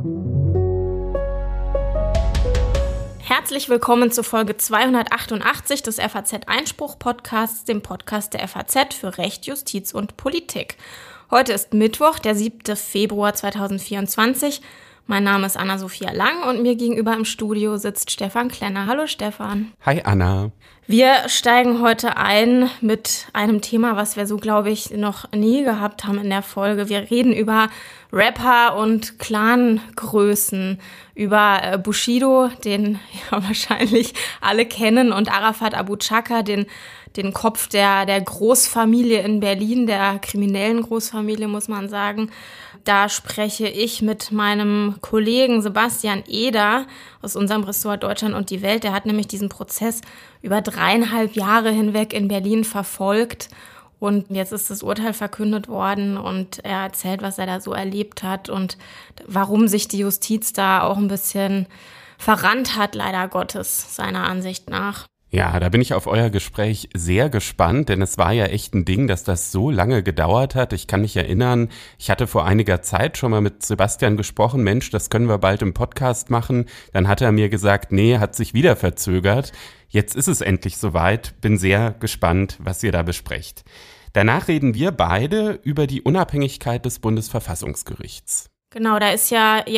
Herzlich willkommen zur Folge 288 des FAZ-Einspruch-Podcasts, dem Podcast der FAZ für Recht, Justiz und Politik. Heute ist Mittwoch, der 7. Februar 2024. Mein Name ist Anna-Sophia Lang und mir gegenüber im Studio sitzt Stefan Klenner. Hallo Stefan. Hi Anna. Wir steigen heute ein mit einem Thema, was wir so, glaube ich, noch nie gehabt haben in der Folge. Wir reden über Rapper und Clangrößen, über Bushido, den ja wahrscheinlich alle kennen, und Arafat Abu Chaka, den Kopf der Großfamilie in Berlin, der kriminellen Großfamilie, muss man sagen. Da spreche ich mit meinem Kollegen Sebastian Eder aus unserem Ressort Deutschland und die Welt. Der hat nämlich diesen Prozess über 3,5 Jahre hinweg in Berlin verfolgt. Und jetzt ist das Urteil verkündet worden und er erzählt, was er da so erlebt hat und warum sich die Justiz da auch ein bisschen verrannt hat, leider Gottes, seiner Ansicht nach. Ja, da bin ich auf euer Gespräch sehr gespannt, denn es war ja echt ein Ding, dass das so lange gedauert hat. Ich kann mich erinnern, ich hatte vor einiger Zeit schon mal mit Sebastian gesprochen, Mensch, das können wir bald im Podcast machen. Dann hat er mir gesagt, nee, hat sich wieder verzögert. Jetzt ist es endlich soweit. Bin sehr gespannt, was ihr da besprecht. Danach reden wir beide über die Unabhängigkeit des Bundesverfassungsgerichts. Genau, da ist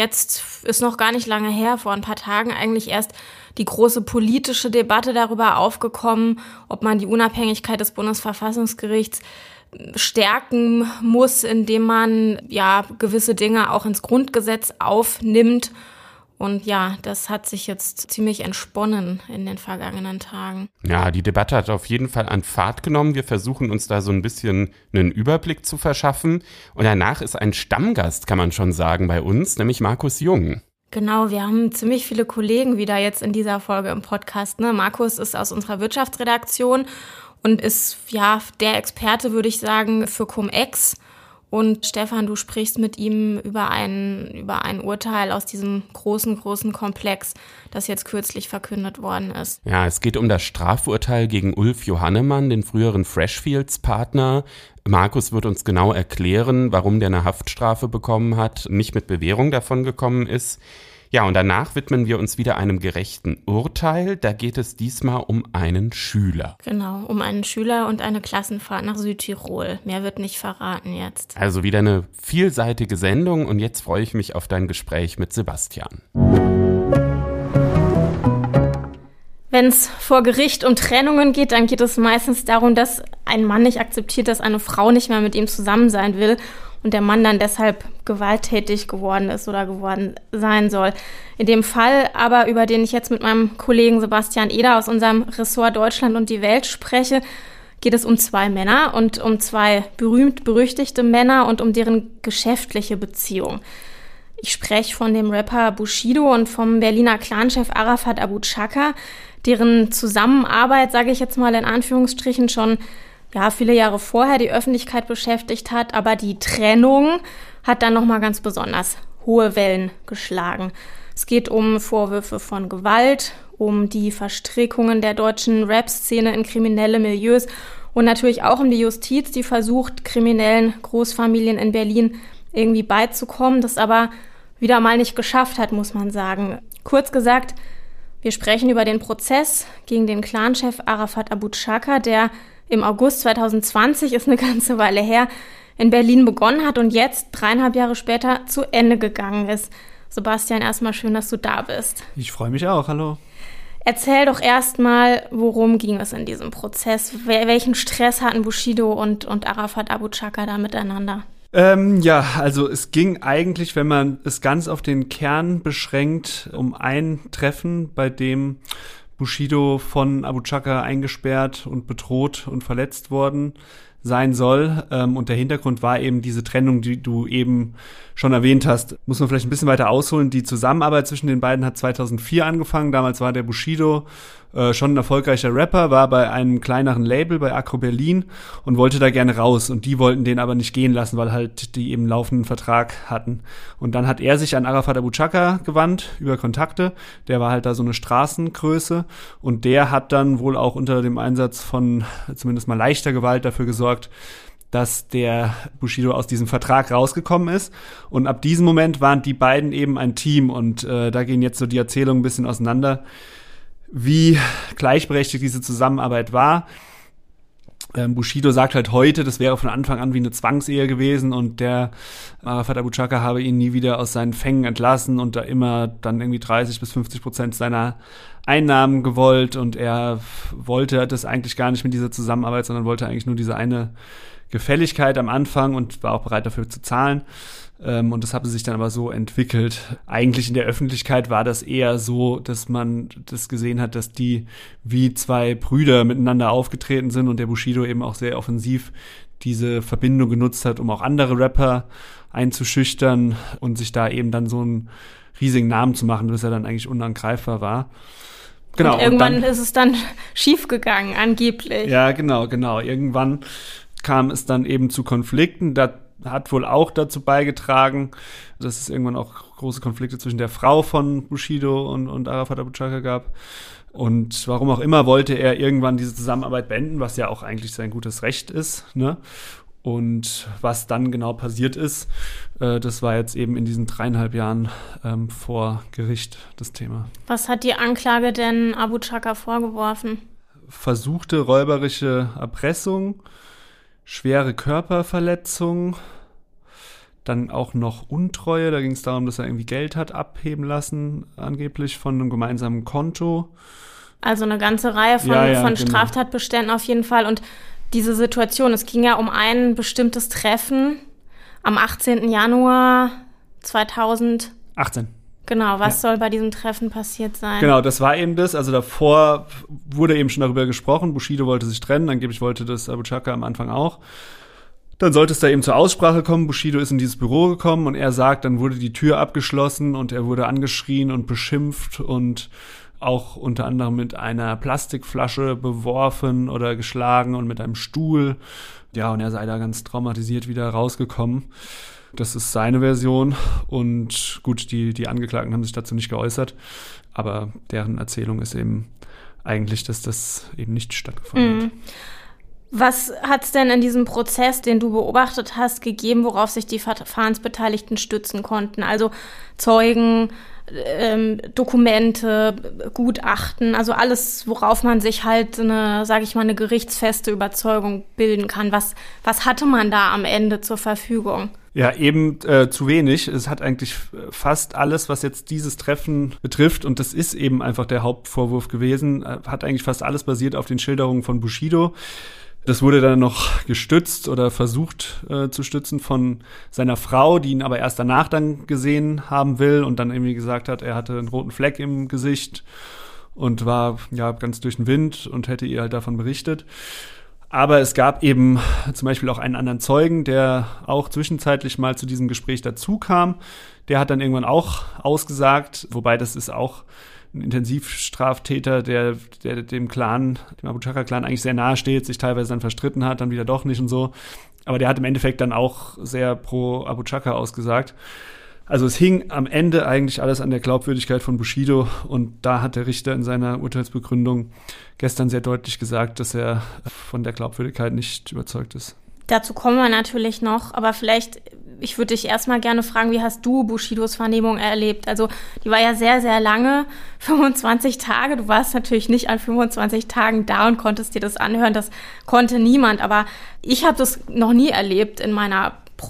noch gar nicht lange her, vor ein paar Tagen eigentlich erst die große politische Debatte darüber aufgekommen, ob man die Unabhängigkeit des Bundesverfassungsgerichts stärken muss, indem man ja gewisse Dinge auch ins Grundgesetz aufnimmt. Und ja, das hat sich jetzt ziemlich entsponnen in den vergangenen Tagen. Ja, die Debatte hat auf jeden Fall an Fahrt genommen. Wir versuchen uns da so ein bisschen einen Überblick zu verschaffen. Und danach ist ein Stammgast, kann man schon sagen, bei uns, nämlich Markus Jung. Genau, wir haben ziemlich viele Kollegen wieder jetzt in dieser Folge im Podcast. Markus ist aus unserer Wirtschaftsredaktion und ist ja der Experte, würde ich sagen, für Cum-Ex. Und Stefan, du sprichst mit ihm über ein Urteil aus diesem großen Komplex, das jetzt kürzlich verkündet worden ist. Ja, es geht um das Strafurteil gegen Ulf Johannemann, den früheren Freshfields-Partner. Markus wird uns genau erklären, warum der eine Haftstrafe bekommen hat, nicht mit Bewährung davon gekommen ist. Ja, und danach widmen wir uns wieder einem gerechten Urteil. Da geht es diesmal um einen Schüler. Genau, um einen Schüler und eine Klassenfahrt nach Südtirol. Mehr wird nicht verraten jetzt. Also wieder eine vielseitige Sendung und jetzt freue ich mich auf dein Gespräch mit Sebastian. Wenn es vor Gericht um Trennungen geht, dann geht es meistens darum, dass ein Mann nicht akzeptiert, dass eine Frau nicht mehr mit ihm zusammen sein will und der Mann dann deshalb gewalttätig geworden ist oder geworden sein soll. In dem Fall aber, über den ich jetzt mit meinem Kollegen Sebastian Eder aus unserem Ressort Deutschland und die Welt spreche, geht es um 2 Männer und um 2 berühmt-berüchtigte Männer und um deren geschäftliche Beziehung. Ich spreche von dem Rapper Bushido und vom Berliner Clanchef Arafat Abu Chaka, deren Zusammenarbeit, sage ich jetzt mal in Anführungsstrichen, schon viele Jahre vorher die Öffentlichkeit beschäftigt hat, aber die Trennung hat dann nochmal ganz besonders hohe Wellen geschlagen. Es geht um Vorwürfe von Gewalt, um die Verstrickungen der deutschen Rap-Szene in kriminelle Milieus und natürlich auch um die Justiz, die versucht, kriminellen Großfamilien in Berlin irgendwie beizukommen, das aber wieder mal nicht geschafft hat, muss man sagen. Kurz gesagt, wir sprechen über den Prozess gegen den Clanchef Arafat Abu Chaka, der im August 2020, ist eine ganze Weile her, in Berlin begonnen hat und jetzt 3,5 Jahre später zu Ende gegangen ist. Sebastian, erstmal schön, dass du da bist. Ich freue mich auch, hallo. Erzähl doch erstmal, worum ging es in diesem Prozess? Welchen Stress hatten Bushido und Arafat Abu Chaka da miteinander? Also es ging eigentlich, wenn man es ganz auf den Kern beschränkt, um ein Treffen, bei dem Bushido von Abu Chaka eingesperrt und bedroht und verletzt worden sein soll. Und der Hintergrund war eben diese Trennung, die du eben schon erwähnt hast. Muss man vielleicht ein bisschen weiter ausholen. Die Zusammenarbeit zwischen den beiden hat 2004 angefangen. Damals war der Bushido schon ein erfolgreicher Rapper, war bei einem kleineren Label, bei Agro Berlin, und wollte da gerne raus. Und die wollten den aber nicht gehen lassen, weil halt die eben laufenden Vertrag hatten. Und dann hat er sich an Arafat Abu Chaka gewandt, über Kontakte. Der war halt da so eine Straßengröße. Und der hat dann wohl auch unter dem Einsatz von zumindest mal leichter Gewalt dafür gesorgt, dass der Bushido aus diesem Vertrag rausgekommen ist. Und ab diesem Moment waren die beiden eben ein Team. Und da gehen jetzt so die Erzählungen ein bisschen auseinander, wie gleichberechtigt diese Zusammenarbeit war. Bushido sagt halt heute, das wäre von Anfang an wie eine Zwangsehe gewesen und der Arafat Abu Chaka habe ihn nie wieder aus seinen Fängen entlassen und da immer dann irgendwie 30-50% seiner Einnahmen gewollt und er wollte das eigentlich gar nicht mit dieser Zusammenarbeit, sondern wollte eigentlich nur diese eine Gefälligkeit am Anfang und war auch bereit dafür zu zahlen. Und das habe sich dann aber so entwickelt. Eigentlich in der Öffentlichkeit war das eher so, dass man das gesehen hat, dass die wie zwei Brüder miteinander aufgetreten sind und der Bushido eben auch sehr offensiv diese Verbindung genutzt hat, um auch andere Rapper einzuschüchtern und sich da eben dann so einen riesigen Namen zu machen, bis er dann eigentlich unangreifbar war. Genau. Und irgendwann ist es dann schief gegangen, angeblich. Ja, genau. Irgendwann kam es dann eben zu Konflikten. Da hat wohl auch dazu beigetragen, dass es irgendwann auch große Konflikte zwischen der Frau von Bushido und Arafat Abu Chaka gab. Und warum auch immer wollte er irgendwann diese Zusammenarbeit beenden, was ja auch eigentlich sein gutes Recht ist, ne? Und was dann genau passiert ist, das war jetzt eben in diesen 3,5 Jahren vor Gericht das Thema. Was hat die Anklage denn Abu Chaka vorgeworfen? Versuchte räuberische Erpressung, schwere Körperverletzung, dann auch noch Untreue. Da ging es darum, dass er irgendwie Geld hat abheben lassen, angeblich von einem gemeinsamen Konto. Also eine ganze Reihe von Straftatbeständen auf jeden Fall. Und diese Situation, es ging ja um ein bestimmtes Treffen am 18. Januar 2018. Genau, was soll bei diesem Treffen passiert sein? Genau, das war eben das. Also davor wurde eben schon darüber gesprochen. Bushido wollte sich trennen, angeblich wollte das Abu Chaka am Anfang auch. Dann sollte es da eben zur Aussprache kommen. Bushido ist in dieses Büro gekommen und er sagt, dann wurde die Tür abgeschlossen und er wurde angeschrien und beschimpft und auch unter anderem mit einer Plastikflasche beworfen oder geschlagen und mit einem Stuhl. Ja, und er sei da ganz traumatisiert wieder rausgekommen. Das ist seine Version und gut, die Angeklagten haben sich dazu nicht geäußert, aber deren Erzählung ist eben eigentlich, dass das eben nicht stattgefunden hat. Was hat es denn in diesem Prozess, den du beobachtet hast, gegeben, worauf sich die Verfahrensbeteiligten stützen konnten? Also Zeugen, Dokumente, Gutachten, also alles, worauf man sich halt eine gerichtsfeste Überzeugung bilden kann. Was hatte man da am Ende zur Verfügung? Ja, eben zu wenig. Es hat eigentlich fast alles, was jetzt dieses Treffen betrifft, und das ist eben einfach der Hauptvorwurf gewesen, hat eigentlich fast alles basiert auf den Schilderungen von Bushido. Das wurde dann noch gestützt oder versucht zu stützen von seiner Frau, die ihn aber erst danach dann gesehen haben will und dann irgendwie gesagt hat, er hatte einen roten Fleck im Gesicht und war ja ganz durch den Wind und hätte ihr halt davon berichtet. Aber es gab eben zum Beispiel auch einen anderen Zeugen, der auch zwischenzeitlich mal zu diesem Gespräch dazu kam. Der hat dann irgendwann auch ausgesagt, wobei das ist auch ein Intensivstraftäter, der dem Clan, dem Abu Chaka-Clan eigentlich sehr nahe steht, sich teilweise dann verstritten hat, dann wieder doch nicht und so. Aber der hat im Endeffekt dann auch sehr pro Abu Chaka ausgesagt. Also es hing am Ende eigentlich alles an der Glaubwürdigkeit von Bushido und da hat der Richter in seiner Urteilsbegründung gestern sehr deutlich gesagt, dass er von der Glaubwürdigkeit nicht überzeugt ist. Dazu kommen wir natürlich noch, aber vielleicht, ich würde dich erstmal gerne fragen, wie hast du Bushidos Vernehmung erlebt? Also die war ja sehr, sehr lange, 25 Tage. Du warst natürlich nicht an 25 Tagen da und konntest dir das anhören. Das konnte niemand, aber ich habe das noch nie erlebt in meiner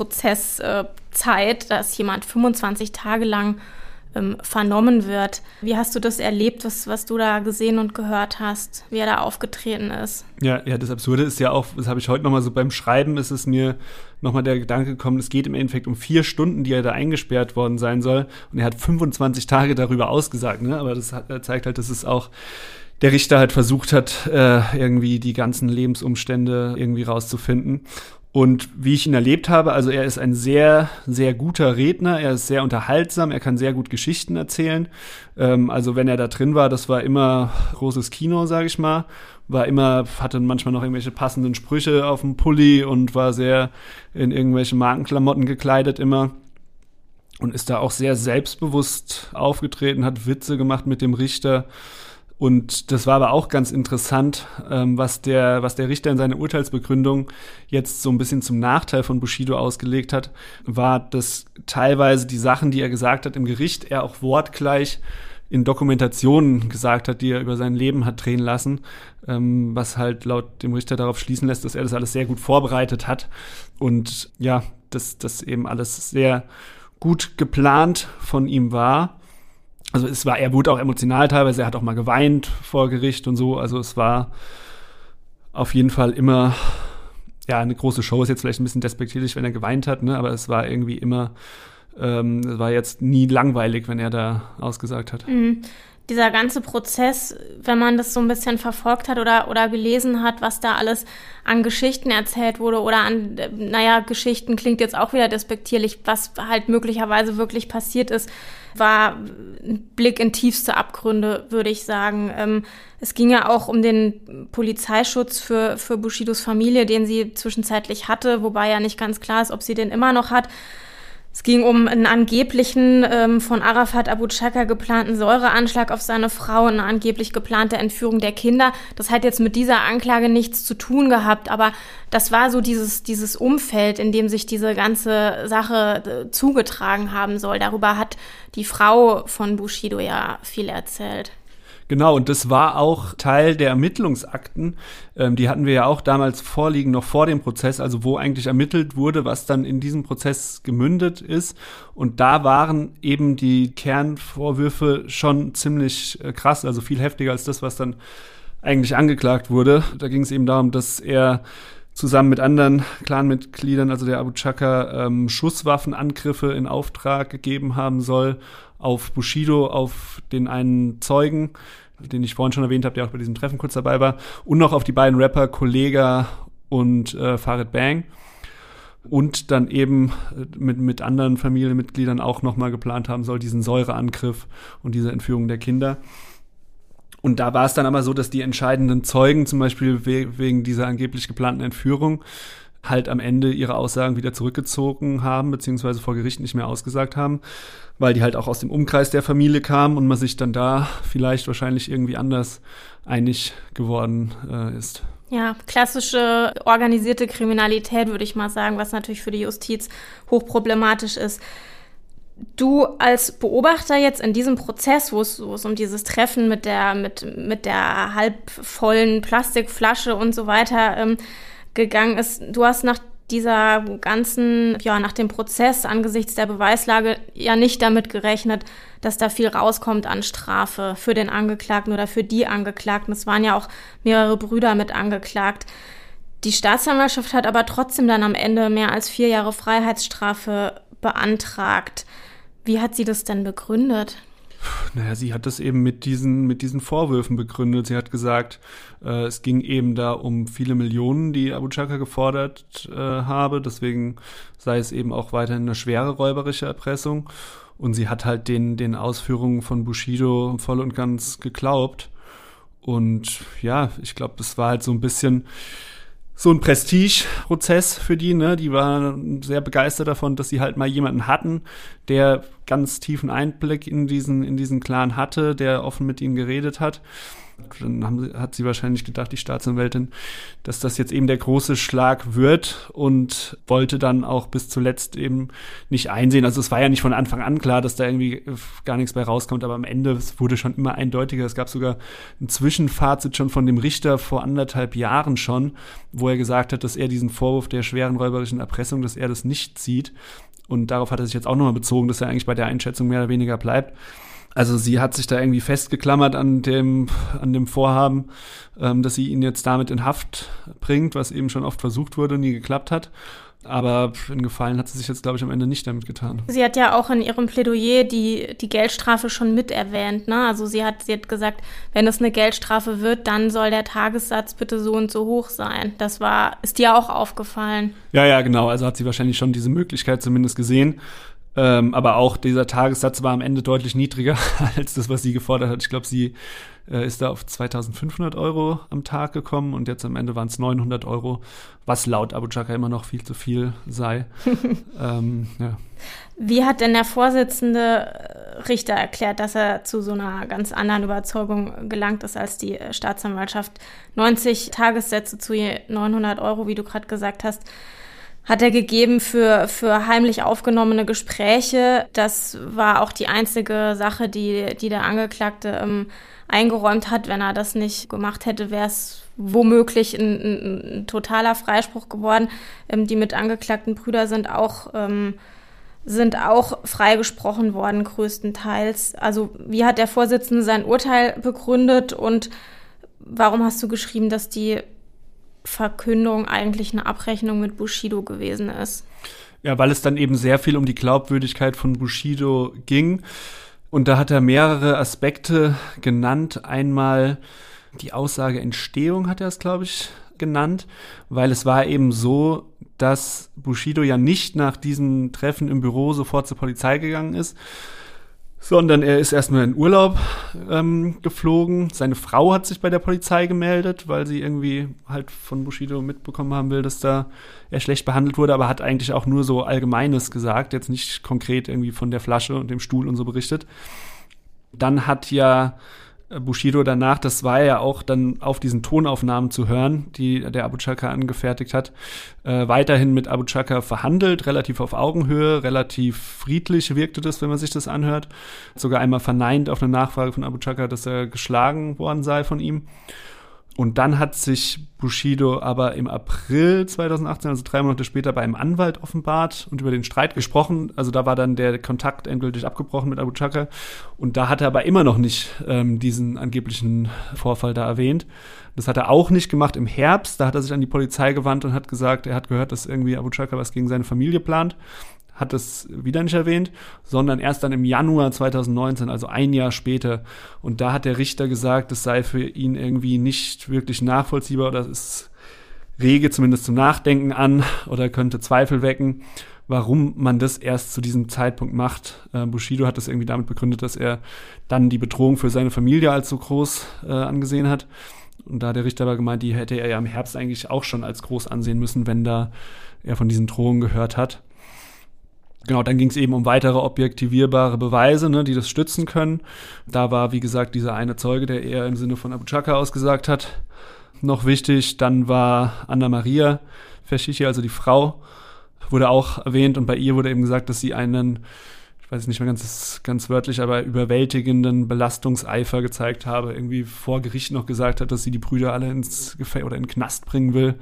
Prozesszeit, dass jemand 25 Tage lang vernommen wird. Wie hast du das erlebt, was du da gesehen und gehört hast, wie er da aufgetreten ist? Ja, das Absurde ist ja auch, das habe ich heute nochmal so beim Schreiben, ist es mir nochmal der Gedanke gekommen, es geht im Endeffekt um 4 Stunden, die er da eingesperrt worden sein soll und er hat 25 Tage darüber ausgesagt, ne? Aber das zeigt halt, dass es auch der Richter halt versucht hat, irgendwie die ganzen Lebensumstände irgendwie rauszufinden. Und wie ich ihn erlebt habe, also er ist ein sehr, sehr guter Redner, er ist sehr unterhaltsam, er kann sehr gut Geschichten erzählen. Also wenn er da drin war, das war immer großes Kino, sage ich mal. Hatte manchmal noch irgendwelche passenden Sprüche auf dem Pulli und war sehr in irgendwelche Markenklamotten gekleidet immer. Und ist da auch sehr selbstbewusst aufgetreten, hat Witze gemacht mit dem Richter. Und das war aber auch ganz interessant, was der Richter in seiner Urteilsbegründung jetzt so ein bisschen zum Nachteil von Bushido ausgelegt hat, war, dass teilweise die Sachen, die er gesagt hat im Gericht, er auch wortgleich in Dokumentationen gesagt hat, die er über sein Leben hat drehen lassen, was halt laut dem Richter darauf schließen lässt, dass er das alles sehr gut vorbereitet hat und ja, dass das eben alles sehr gut geplant von ihm war. Also er wurde auch emotional teilweise, er hat auch mal geweint vor Gericht und so, also es war auf jeden Fall immer, ja, eine große Show, ist jetzt vielleicht ein bisschen despektierlich, wenn er geweint hat, ne, aber es war irgendwie immer, es war jetzt nie langweilig, wenn er da ausgesagt hat. Mhm. Dieser ganze Prozess, wenn man das so ein bisschen verfolgt hat oder gelesen hat, was da alles an Geschichten erzählt wurde oder an, Geschichten klingt jetzt auch wieder despektierlich, was halt möglicherweise wirklich passiert ist, war ein Blick in tiefste Abgründe, würde ich sagen. Es ging ja auch um den Polizeischutz für Bushidos Familie, den sie zwischenzeitlich hatte, wobei ja nicht ganz klar ist, ob sie den immer noch hat. Es ging um einen angeblichen von Arafat Abu Chaka geplanten Säureanschlag auf seine Frau und eine angeblich geplante Entführung der Kinder. Das hat jetzt mit dieser Anklage nichts zu tun gehabt, aber das war so dieses Umfeld, in dem sich diese ganze Sache zugetragen haben soll. Darüber hat die Frau von Bushido ja viel erzählt. Genau, und das war auch Teil der Ermittlungsakten. Die hatten wir ja auch damals vorliegen, noch vor dem Prozess, also wo eigentlich ermittelt wurde, was dann in diesem Prozess gemündet ist. Und da waren eben die Kernvorwürfe schon ziemlich krass, also viel heftiger als das, was dann eigentlich angeklagt wurde. Da ging es eben darum, dass er zusammen mit anderen Clanmitgliedern, also der Abu Chaka, Schusswaffenangriffe in Auftrag gegeben haben soll auf Bushido, auf den einen Zeugen, den ich vorhin schon erwähnt habe, der auch bei diesem Treffen kurz dabei war, und noch auf die beiden Rapper Kollega und Farid Bang. Und dann eben mit anderen Familienmitgliedern auch nochmal geplant haben soll, diesen Säureangriff und diese Entführung der Kinder. Und da war es dann aber so, dass die entscheidenden Zeugen, zum Beispiel wegen dieser angeblich geplanten Entführung, halt am Ende ihre Aussagen wieder zurückgezogen haben, beziehungsweise vor Gericht nicht mehr ausgesagt haben, weil die halt auch aus dem Umkreis der Familie kamen und man sich dann da vielleicht wahrscheinlich irgendwie anders einig geworden ist. Ja, klassische organisierte Kriminalität, würde ich mal sagen, was natürlich für die Justiz hochproblematisch ist. Du als Beobachter jetzt in diesem Prozess, wo es um dieses Treffen mit der halbvollen Plastikflasche und so weiter gegangen ist, du hast nach dem Prozess angesichts der Beweislage ja nicht damit gerechnet, dass da viel rauskommt an Strafe für den Angeklagten oder für die Angeklagten. Es waren ja auch mehrere Brüder mit angeklagt. Die Staatsanwaltschaft hat aber trotzdem dann am Ende mehr als 4 Jahre Freiheitsstrafe beantragt. Wie hat sie das denn begründet? Naja, sie hat das eben mit diesen Vorwürfen begründet. Sie hat gesagt, es ging eben da um viele Millionen, die Abu Chaka gefordert habe. Deswegen sei es eben auch weiterhin eine schwere räuberische Erpressung. Und sie hat halt den Ausführungen von Bushido voll und ganz geglaubt. Und ja, ich glaube, das war halt so ein bisschen so ein Prestigeprozess für die, ne? Die waren sehr begeistert davon, dass sie halt mal jemanden hatten, der ganz tiefen Einblick in diesen Clan hatte, der offen mit ihnen geredet hat. Dann hat sie wahrscheinlich gedacht, die Staatsanwältin, dass das jetzt eben der große Schlag wird und wollte dann auch bis zuletzt eben nicht einsehen. Also es war ja nicht von Anfang an klar, dass da irgendwie gar nichts bei rauskommt, aber am Ende, es wurde schon immer eindeutiger. Es gab sogar ein Zwischenfazit schon von dem Richter vor 1,5 Jahren schon, wo er gesagt hat, dass er diesen Vorwurf der schweren räuberischen Erpressung, dass er das nicht sieht. Und darauf hat er sich jetzt auch nochmal bezogen, dass er eigentlich bei der Einschätzung mehr oder weniger bleibt. Also sie hat sich da irgendwie festgeklammert an dem Vorhaben, dass sie ihn jetzt damit in Haft bringt, was eben schon oft versucht wurde und nie geklappt hat. Aber einen Gefallen hat sie sich jetzt, glaube ich, am Ende nicht damit getan. Sie hat ja auch in ihrem Plädoyer die Geldstrafe schon mit erwähnt, ne? Also sie hat gesagt, wenn es eine Geldstrafe wird, dann soll der Tagessatz bitte so und so hoch sein. Ist dir auch aufgefallen? Ja, genau. Also hat sie wahrscheinlich schon diese Möglichkeit zumindest gesehen. Aber auch dieser Tagessatz war am Ende deutlich niedriger als das, was sie gefordert hat. Ich glaube, sie ist da auf 2.500 € am Tag gekommen und jetzt am Ende waren es 900 €, was laut Abu Chaka immer noch viel zu viel sei. Ja. Wie hat denn der Vorsitzende Richter erklärt, dass er zu so einer ganz anderen Überzeugung gelangt ist als die Staatsanwaltschaft? 90 Tagessätze zu je 900 €, wie du gerade gesagt hast, hat er gegeben für heimlich aufgenommene Gespräche. Das war auch die einzige Sache, die der Angeklagte eingeräumt hat. Wenn er das nicht gemacht hätte, wäre es womöglich ein totaler Freispruch geworden. Die mit angeklagten Brüder sind auch freigesprochen worden, größtenteils. Also wie hat der Vorsitzende sein Urteil begründet und warum hast du geschrieben, dass die Verkündung eigentlich eine Abrechnung mit Bushido gewesen ist? Ja, weil es dann eben sehr viel um die Glaubwürdigkeit von Bushido ging. Und da hat er mehrere Aspekte genannt. Einmal die Aussage Entstehung hat er es, glaube ich, genannt, weil es war eben so, dass Bushido ja nicht nach diesem Treffen im Büro sofort zur Polizei gegangen ist, sondern er ist erstmal in Urlaub geflogen. Seine Frau hat sich bei der Polizei gemeldet, weil sie irgendwie halt von Bushido mitbekommen haben will, dass da er schlecht behandelt wurde, aber hat eigentlich auch nur so Allgemeines gesagt, jetzt nicht konkret irgendwie von der Flasche und dem Stuhl und so berichtet. Dann hat ja Bushido danach, das war ja auch dann auf diesen Tonaufnahmen zu hören, die der Abu Chaka angefertigt hat, weiterhin mit Abu Chaka verhandelt, relativ auf Augenhöhe, relativ friedlich wirkte das, wenn man sich das anhört. Sogar einmal verneint auf eine Nachfrage von Abu Chaka, dass er geschlagen worden sei von ihm. Und dann hat sich Bushido aber im April 2018, also 3 Monate später, bei einem Anwalt offenbart und über den Streit gesprochen. Also da war dann der Kontakt endgültig abgebrochen mit Abu Chaka. Und da hat er aber immer noch nicht diesen angeblichen Vorfall da erwähnt. Das hat er auch nicht gemacht im Herbst. Da hat er sich an die Polizei gewandt und hat gesagt, er hat gehört, dass irgendwie Abu Chaka was gegen seine Familie plant. Hat es wieder nicht erwähnt, sondern erst dann im Januar 2019, also ein Jahr später. Und da hat der Richter gesagt, es sei für ihn irgendwie nicht wirklich nachvollziehbar oder es rege zumindest zum Nachdenken an oder könnte Zweifel wecken, warum man das erst zu diesem Zeitpunkt macht. Bushido hat das irgendwie damit begründet, dass er dann die Bedrohung für seine Familie als so groß angesehen hat. Und da hat der Richter aber gemeint, die hätte er ja im Herbst eigentlich auch schon als groß ansehen müssen, wenn da er von diesen Drohungen gehört hat. Genau, dann ging es eben um weitere objektivierbare Beweise, ne, die das stützen können. Da war, wie gesagt, dieser eine Zeuge, der eher im Sinne von Abu Chaka ausgesagt hat, noch wichtig. Dann war Anna Maria Feschichi, also die Frau, wurde auch erwähnt. Und bei ihr wurde eben gesagt, dass sie einen, ich weiß nicht mehr ganz wörtlich, aber überwältigenden Belastungseifer gezeigt habe. Irgendwie vor Gericht noch gesagt hat, dass sie die Brüder alle ins Gefängnis oder in den Knast bringen will.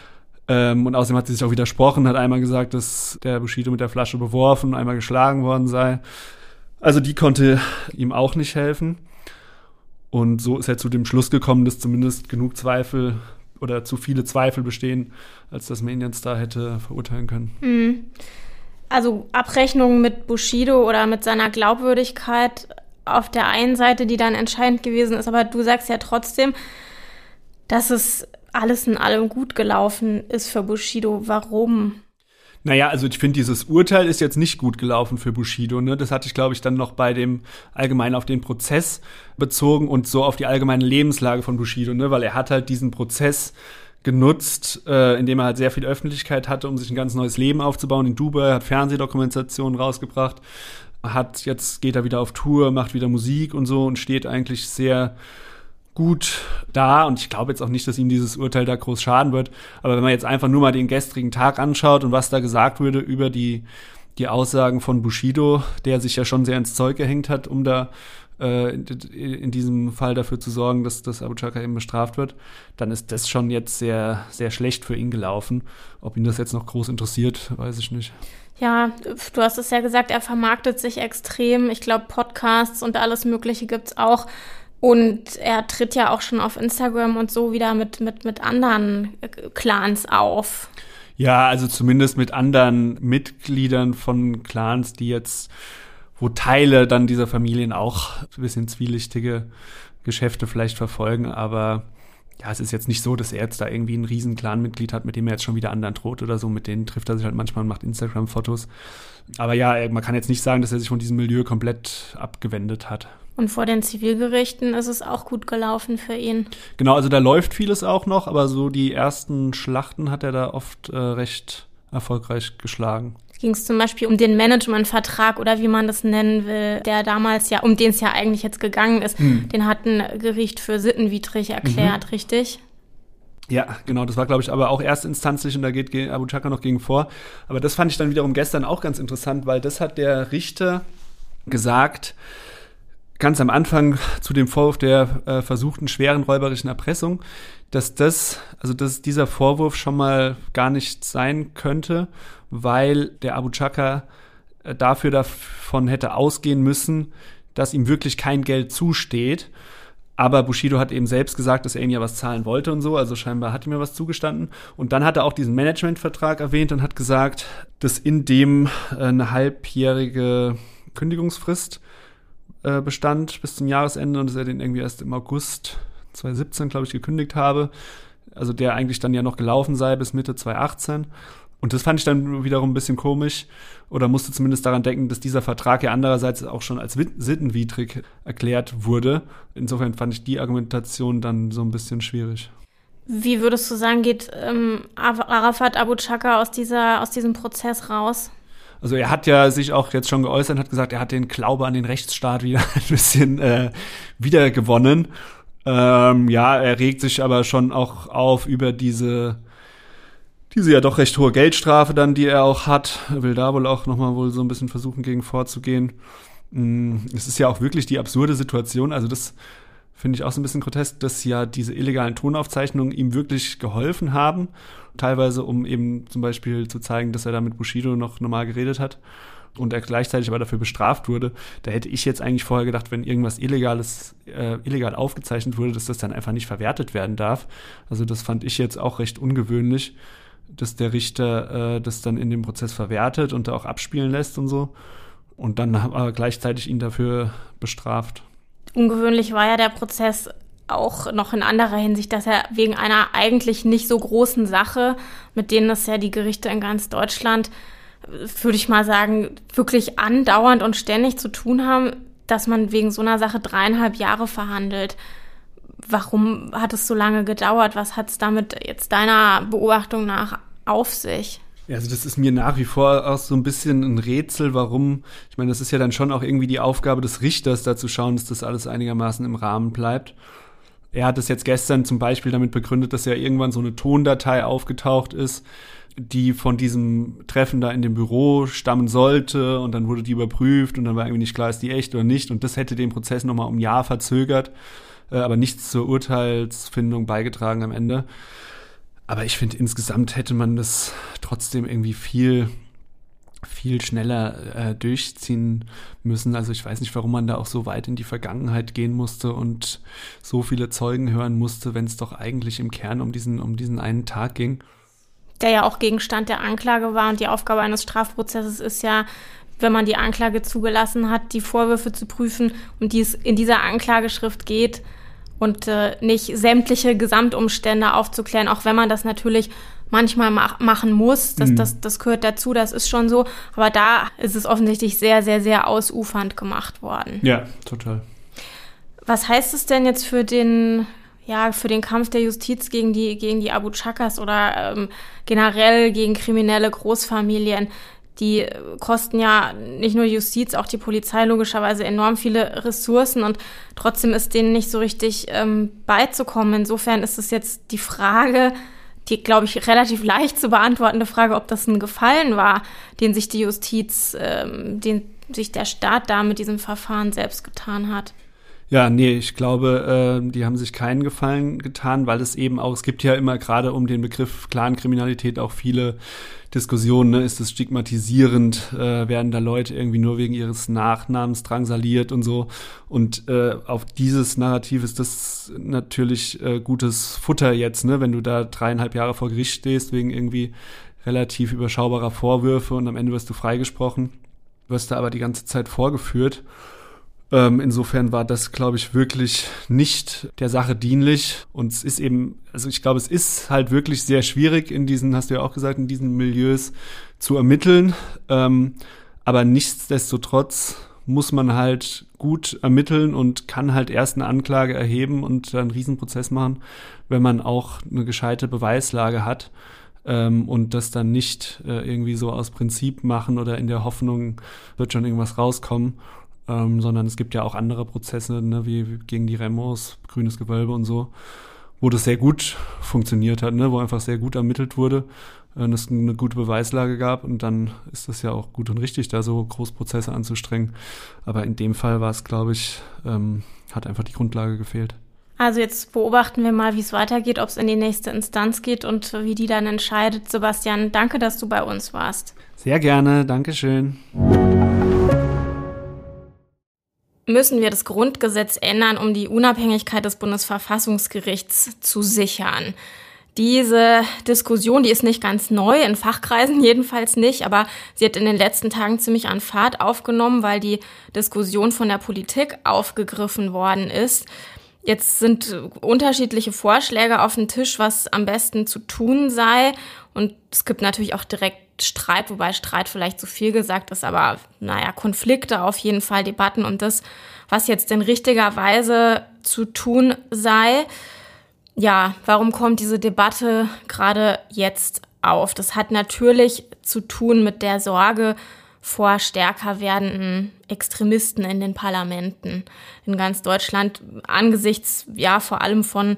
Und außerdem hat sie sich auch widersprochen, hat einmal gesagt, dass der Bushido mit der Flasche beworfen, einmal geschlagen worden sei. Also die konnte ihm auch nicht helfen. Und so ist er zu dem Schluss gekommen, dass zumindest genug Zweifel oder zu viele Zweifel bestehen, als dass man ihn jetzt da hätte verurteilen können. Also Abrechnung mit Bushido oder mit seiner Glaubwürdigkeit auf der einen Seite, die dann entscheidend gewesen ist, aber du sagst ja trotzdem, dass es alles in allem gut gelaufen ist für Bushido. Warum? Naja, also ich finde, dieses Urteil ist jetzt nicht gut gelaufen für Bushido, ne? Das hatte ich, glaube ich, dann noch bei dem allgemein auf den Prozess bezogen und so auf die allgemeine Lebenslage von Bushido, ne? Weil er hat halt diesen Prozess genutzt, indem er halt sehr viel Öffentlichkeit hatte, um sich ein ganz neues Leben aufzubauen in Dubai, hat Fernsehdokumentationen rausgebracht, jetzt geht er wieder auf Tour, macht wieder Musik und so und steht eigentlich sehr gut da, und ich glaube jetzt auch nicht, dass ihm dieses Urteil da groß schaden wird, aber wenn man jetzt einfach nur mal den gestrigen Tag anschaut und was da gesagt wurde über die Aussagen von Bushido, der sich ja schon sehr ins Zeug gehängt hat, um da in diesem Fall dafür zu sorgen, dass Abu Chaka eben bestraft wird, dann ist das schon jetzt sehr, sehr schlecht für ihn gelaufen. Ob ihn das jetzt noch groß interessiert, weiß ich nicht. Ja, du hast es ja gesagt, er vermarktet sich extrem. Ich glaube, Podcasts und alles Mögliche gibt's auch. Und er tritt ja auch schon auf Instagram und so wieder mit anderen Clans auf. Ja, also zumindest mit anderen Mitgliedern von Clans, wo Teile dann dieser Familien auch ein bisschen zwielichtige Geschäfte vielleicht verfolgen. Aber ja, es ist jetzt nicht so, dass er jetzt da irgendwie ein riesen Clan-Mitglied hat, mit dem er jetzt schon wieder anderen droht oder so. Mit denen trifft er sich halt manchmal und macht Instagram-Fotos. Aber ja, man kann jetzt nicht sagen, dass er sich von diesem Milieu komplett abgewendet hat. Und vor den Zivilgerichten ist es auch gut gelaufen für ihn. Genau, also da läuft vieles auch noch, aber so die ersten Schlachten hat er da oft recht erfolgreich geschlagen. Ging es zum Beispiel um den Managementvertrag oder wie man das nennen will, der damals ja, um den es ja eigentlich jetzt gegangen ist, den hat ein Gericht für sittenwidrig erklärt, richtig? Ja, genau, das war, glaube ich, aber auch erstinstanzlich und da geht Abu Chaka noch gegen vor. Aber das fand ich dann wiederum gestern auch ganz interessant, weil das hat der Richter gesagt, ganz am Anfang zu dem Vorwurf der versuchten schweren räuberischen Erpressung, dass dieser Vorwurf schon mal gar nicht sein könnte, weil der Abu Chaka davon hätte ausgehen müssen, dass ihm wirklich kein Geld zusteht. Aber Bushido hat eben selbst gesagt, dass er ihm ja was zahlen wollte und so, also scheinbar hat ihm ja was zugestanden. Und dann hat er auch diesen Managementvertrag erwähnt und hat gesagt, dass in dem eine halbjährige Kündigungsfrist bestand bis zum Jahresende und dass er den irgendwie erst im August 2017, glaube ich, gekündigt habe. Also der eigentlich dann ja noch gelaufen sei bis Mitte 2018. Und das fand ich dann wiederum ein bisschen komisch oder musste zumindest daran denken, dass dieser Vertrag ja andererseits auch schon als sittenwidrig erklärt wurde. Insofern fand ich die Argumentation dann so ein bisschen schwierig. Wie würdest du sagen, geht Arafat Abu Chaka aus diesem Prozess raus? Also er hat ja sich auch jetzt schon geäußert und hat gesagt, er hat den Glaube an den Rechtsstaat wieder ein bisschen wieder gewonnen. Er regt sich aber schon auch auf über diese ja doch recht hohe Geldstrafe dann, die er auch hat. Er will da wohl auch nochmal wohl so ein bisschen versuchen, gegen vorzugehen. Es ist ja auch wirklich die absurde Situation, also das finde ich auch so ein bisschen grotesk, dass ja diese illegalen Tonaufzeichnungen ihm wirklich geholfen haben. Teilweise, um eben zum Beispiel zu zeigen, dass er da mit Bushido noch normal geredet hat und er gleichzeitig aber dafür bestraft wurde. Da hätte ich jetzt eigentlich vorher gedacht, wenn irgendwas illegal aufgezeichnet wurde, dass das dann einfach nicht verwertet werden darf. Also das fand ich jetzt auch recht ungewöhnlich, dass der Richter das dann in dem Prozess verwertet und da auch abspielen lässt und so und dann aber gleichzeitig ihn dafür bestraft. Ungewöhnlich war ja der Prozess auch noch in anderer Hinsicht, dass er wegen einer eigentlich nicht so großen Sache, mit denen es ja die Gerichte in ganz Deutschland, würde ich mal sagen, wirklich andauernd und ständig zu tun haben, dass man wegen so einer Sache 3,5 Jahre verhandelt. Warum hat es so lange gedauert? Was hat es damit jetzt deiner Beobachtung nach auf sich? Ja, also das ist mir nach wie vor auch so ein bisschen ein Rätsel, warum, ich meine, das ist ja dann schon auch irgendwie die Aufgabe des Richters, da zu schauen, dass das alles einigermaßen im Rahmen bleibt. Er hat es jetzt gestern zum Beispiel damit begründet, dass ja irgendwann so eine Tondatei aufgetaucht ist, die von diesem Treffen da in dem Büro stammen sollte und dann wurde die überprüft und dann war irgendwie nicht klar, ist die echt oder nicht und das hätte den Prozess nochmal um ein Jahr verzögert, aber nichts zur Urteilsfindung beigetragen am Ende. Aber ich finde, insgesamt hätte man das trotzdem irgendwie viel schneller durchziehen müssen. Also ich weiß nicht, warum man da auch so weit in die Vergangenheit gehen musste und so viele Zeugen hören musste, wenn es doch eigentlich im Kern um diesen einen Tag ging. Der ja auch Gegenstand der Anklage war und die Aufgabe eines Strafprozesses ist ja, wenn man die Anklage zugelassen hat, die Vorwürfe zu prüfen, um die es in dieser Anklageschrift geht und nicht sämtliche Gesamtumstände aufzuklären, auch wenn man das natürlich manchmal machen muss. Das gehört dazu, das ist schon so. Aber da ist es offensichtlich sehr, sehr, sehr ausufernd gemacht worden. Ja, total. Was heißt es denn jetzt für den Kampf der Justiz gegen die Abu Chakas oder generell gegen kriminelle Großfamilien? Die kosten ja nicht nur Justiz, auch die Polizei logischerweise enorm viele Ressourcen und trotzdem ist denen nicht so richtig beizukommen. Insofern ist es jetzt die Frage, die, glaube ich, relativ leicht zu beantwortende Frage, ob das ein Gefallen war, den sich die Justiz, den sich der Staat da mit diesem Verfahren selbst getan hat. Ja, nee, ich glaube, die haben sich keinen Gefallen getan, weil es gibt ja immer gerade um den Begriff Clankriminalität auch viele Diskussionen, ne? Ist es stigmatisierend, werden da Leute irgendwie nur wegen ihres Nachnamens drangsaliert und so und auf dieses Narrativ ist das natürlich gutes Futter jetzt, ne? Wenn du da 3,5 Jahre vor Gericht stehst wegen irgendwie relativ überschaubarer Vorwürfe und am Ende wirst du freigesprochen, wirst du aber die ganze Zeit vorgeführt. Insofern war das, glaube ich, wirklich nicht der Sache dienlich. Und es ist eben, also ich glaube, es ist halt wirklich sehr schwierig in diesen, hast du ja auch gesagt, in diesen Milieus zu ermitteln. Aber nichtsdestotrotz muss man halt gut ermitteln und kann halt erst eine Anklage erheben und einen Riesenprozess machen, wenn man auch eine gescheite Beweislage hat. Und das dann nicht irgendwie so aus Prinzip machen oder in der Hoffnung, wird schon irgendwas rauskommen. Sondern es gibt ja auch andere Prozesse, ne, wie gegen die Remos, Grünes Gewölbe und so, wo das sehr gut funktioniert hat, ne, wo einfach sehr gut ermittelt wurde, es eine gute Beweislage gab und dann ist das ja auch gut und richtig, da so Großprozesse anzustrengen. Aber in dem Fall war es, glaube ich, hat einfach die Grundlage gefehlt. Also jetzt beobachten wir mal, wie es weitergeht, ob es in die nächste Instanz geht und wie die dann entscheidet. Sebastian, danke, dass du bei uns warst. Sehr gerne, Dankeschön. Müssen wir das Grundgesetz ändern, um die Unabhängigkeit des Bundesverfassungsgerichts zu sichern? Diese Diskussion, die ist nicht ganz neu, in Fachkreisen jedenfalls nicht, aber sie hat in den letzten Tagen ziemlich an Fahrt aufgenommen, weil die Diskussion von der Politik aufgegriffen worden ist. Jetzt sind unterschiedliche Vorschläge auf dem Tisch, was am besten zu tun sei. Und es gibt natürlich auch direkt Streit, wobei Streit vielleicht zu viel gesagt ist, aber Konflikte auf jeden Fall, Debatten um das, was jetzt denn richtigerweise zu tun sei. Ja, warum kommt diese Debatte gerade jetzt auf? Das hat natürlich zu tun mit der Sorge vor stärker werdenden Extremisten in den Parlamenten in ganz Deutschland angesichts vor allem von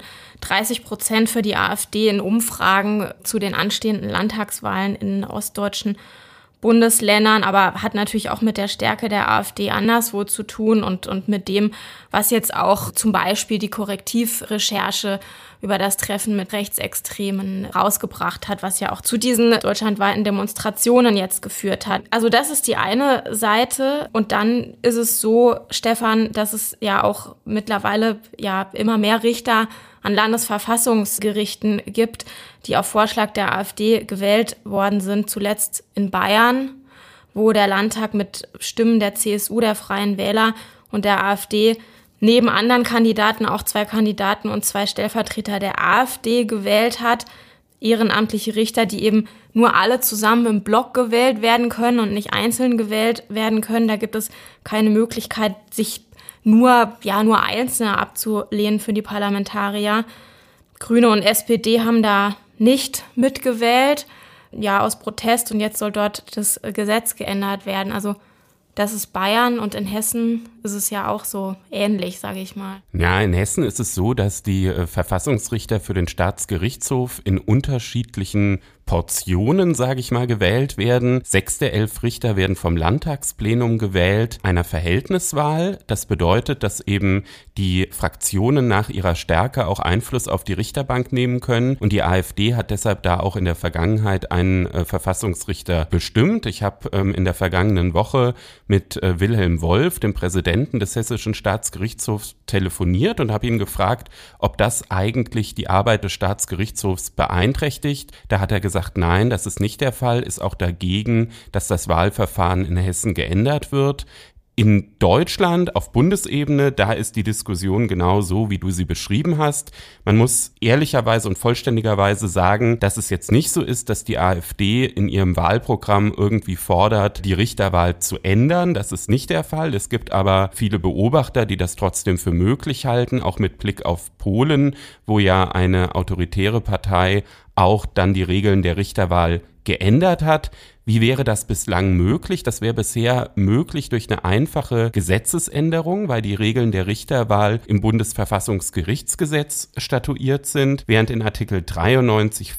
30% für die AfD in Umfragen zu den anstehenden Landtagswahlen in ostdeutschen Bundesländern, aber hat natürlich auch mit der Stärke der AfD anderswo zu tun und mit dem, was jetzt auch zum Beispiel die Korrektivrecherche über das Treffen mit Rechtsextremen rausgebracht hat, was ja auch zu diesen deutschlandweiten Demonstrationen jetzt geführt hat. Also das ist die eine Seite. Und dann ist es so, Stefan, dass es ja auch mittlerweile immer mehr Richter an Landesverfassungsgerichten gibt, die auf Vorschlag der AfD gewählt worden sind, zuletzt in Bayern, wo der Landtag mit Stimmen der CSU, der Freien Wähler und der AfD neben anderen Kandidaten auch 2 Kandidaten und 2 Stellvertreter der AfD gewählt hat, ehrenamtliche Richter, die eben nur alle zusammen im Block gewählt werden können und nicht einzeln gewählt werden können. Da gibt es keine Möglichkeit, sich nur Einzelne abzulehnen für die Parlamentarier. Grüne und SPD haben da nicht mitgewählt, aus Protest, und jetzt soll dort das Gesetz geändert werden. Also das ist Bayern und in Hessen ist es ja auch so ähnlich, sage ich mal. Ja, in Hessen ist es so, dass die Verfassungsrichter für den Staatsgerichtshof in unterschiedlichen Portionen, sage ich mal, gewählt werden. 6 der 11 Richter werden vom Landtagsplenum gewählt, einer Verhältniswahl. Das bedeutet, dass eben die Fraktionen nach ihrer Stärke auch Einfluss auf die Richterbank nehmen können. Und die AfD hat deshalb da auch in der Vergangenheit einen Verfassungsrichter bestimmt. Ich habe in der vergangenen Woche mit Wilhelm Wolf, dem Präsidenten des Hessischen Staatsgerichtshofs, telefoniert und habe ihn gefragt, ob das eigentlich die Arbeit des Staatsgerichtshofs beeinträchtigt. Da hat er gesagt, nein, das ist nicht der Fall, ist auch dagegen, dass das Wahlverfahren in Hessen geändert wird. In Deutschland auf Bundesebene, da ist die Diskussion genau so, wie du sie beschrieben hast. Man muss ehrlicherweise und vollständigerweise sagen, dass es jetzt nicht so ist, dass die AfD in ihrem Wahlprogramm irgendwie fordert, die Richterwahl zu ändern. Das ist nicht der Fall. Es gibt aber viele Beobachter, die das trotzdem für möglich halten, auch mit Blick auf Polen, wo ja eine autoritäre Partei auch dann die Regeln der Richterwahl geändert hat. Wie wäre das bislang möglich? Das wäre bisher möglich durch eine einfache Gesetzesänderung, weil die Regeln der Richterwahl im Bundesverfassungsgerichtsgesetz statuiert sind, während in Artikel 93,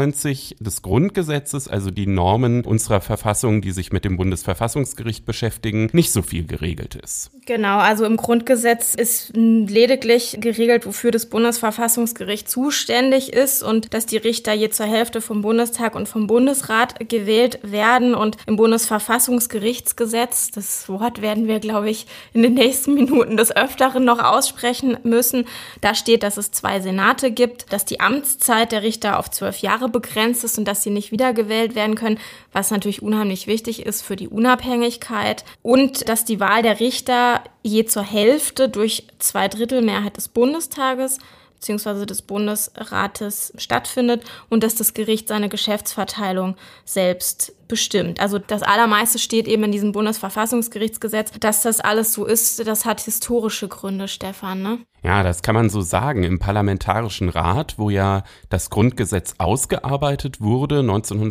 94 des Grundgesetzes, also die Normen unserer Verfassung, die sich mit dem Bundesverfassungsgericht beschäftigen, nicht so viel geregelt ist. Genau, also im Grundgesetz ist lediglich geregelt, wofür das Bundesverfassungsgericht zuständig ist und dass die Richter je zur Hälfte vom Bundestag und vom Bundesrat Bundesrat gewählt werden. Und im Bundesverfassungsgerichtsgesetz, das Wort werden wir, glaube ich, in den nächsten Minuten des Öfteren noch aussprechen müssen, da steht, dass es 2 Senate gibt, dass die Amtszeit der Richter auf 12 Jahre begrenzt ist und dass sie nicht wiedergewählt werden können, was natürlich unheimlich wichtig ist für die Unabhängigkeit. Und dass die Wahl der Richter je zur Hälfte durch 2/3 Mehrheit des Bundestages bzw. des Bundesrates stattfindet und dass das Gericht seine Geschäftsverteilung selbst bestimmt. Also das Allermeiste steht eben in diesem Bundesverfassungsgerichtsgesetz. Dass das alles so ist, das hat historische Gründe, Stefan, ne? Ja, das kann man so sagen. Im Parlamentarischen Rat, wo ja das Grundgesetz ausgearbeitet wurde,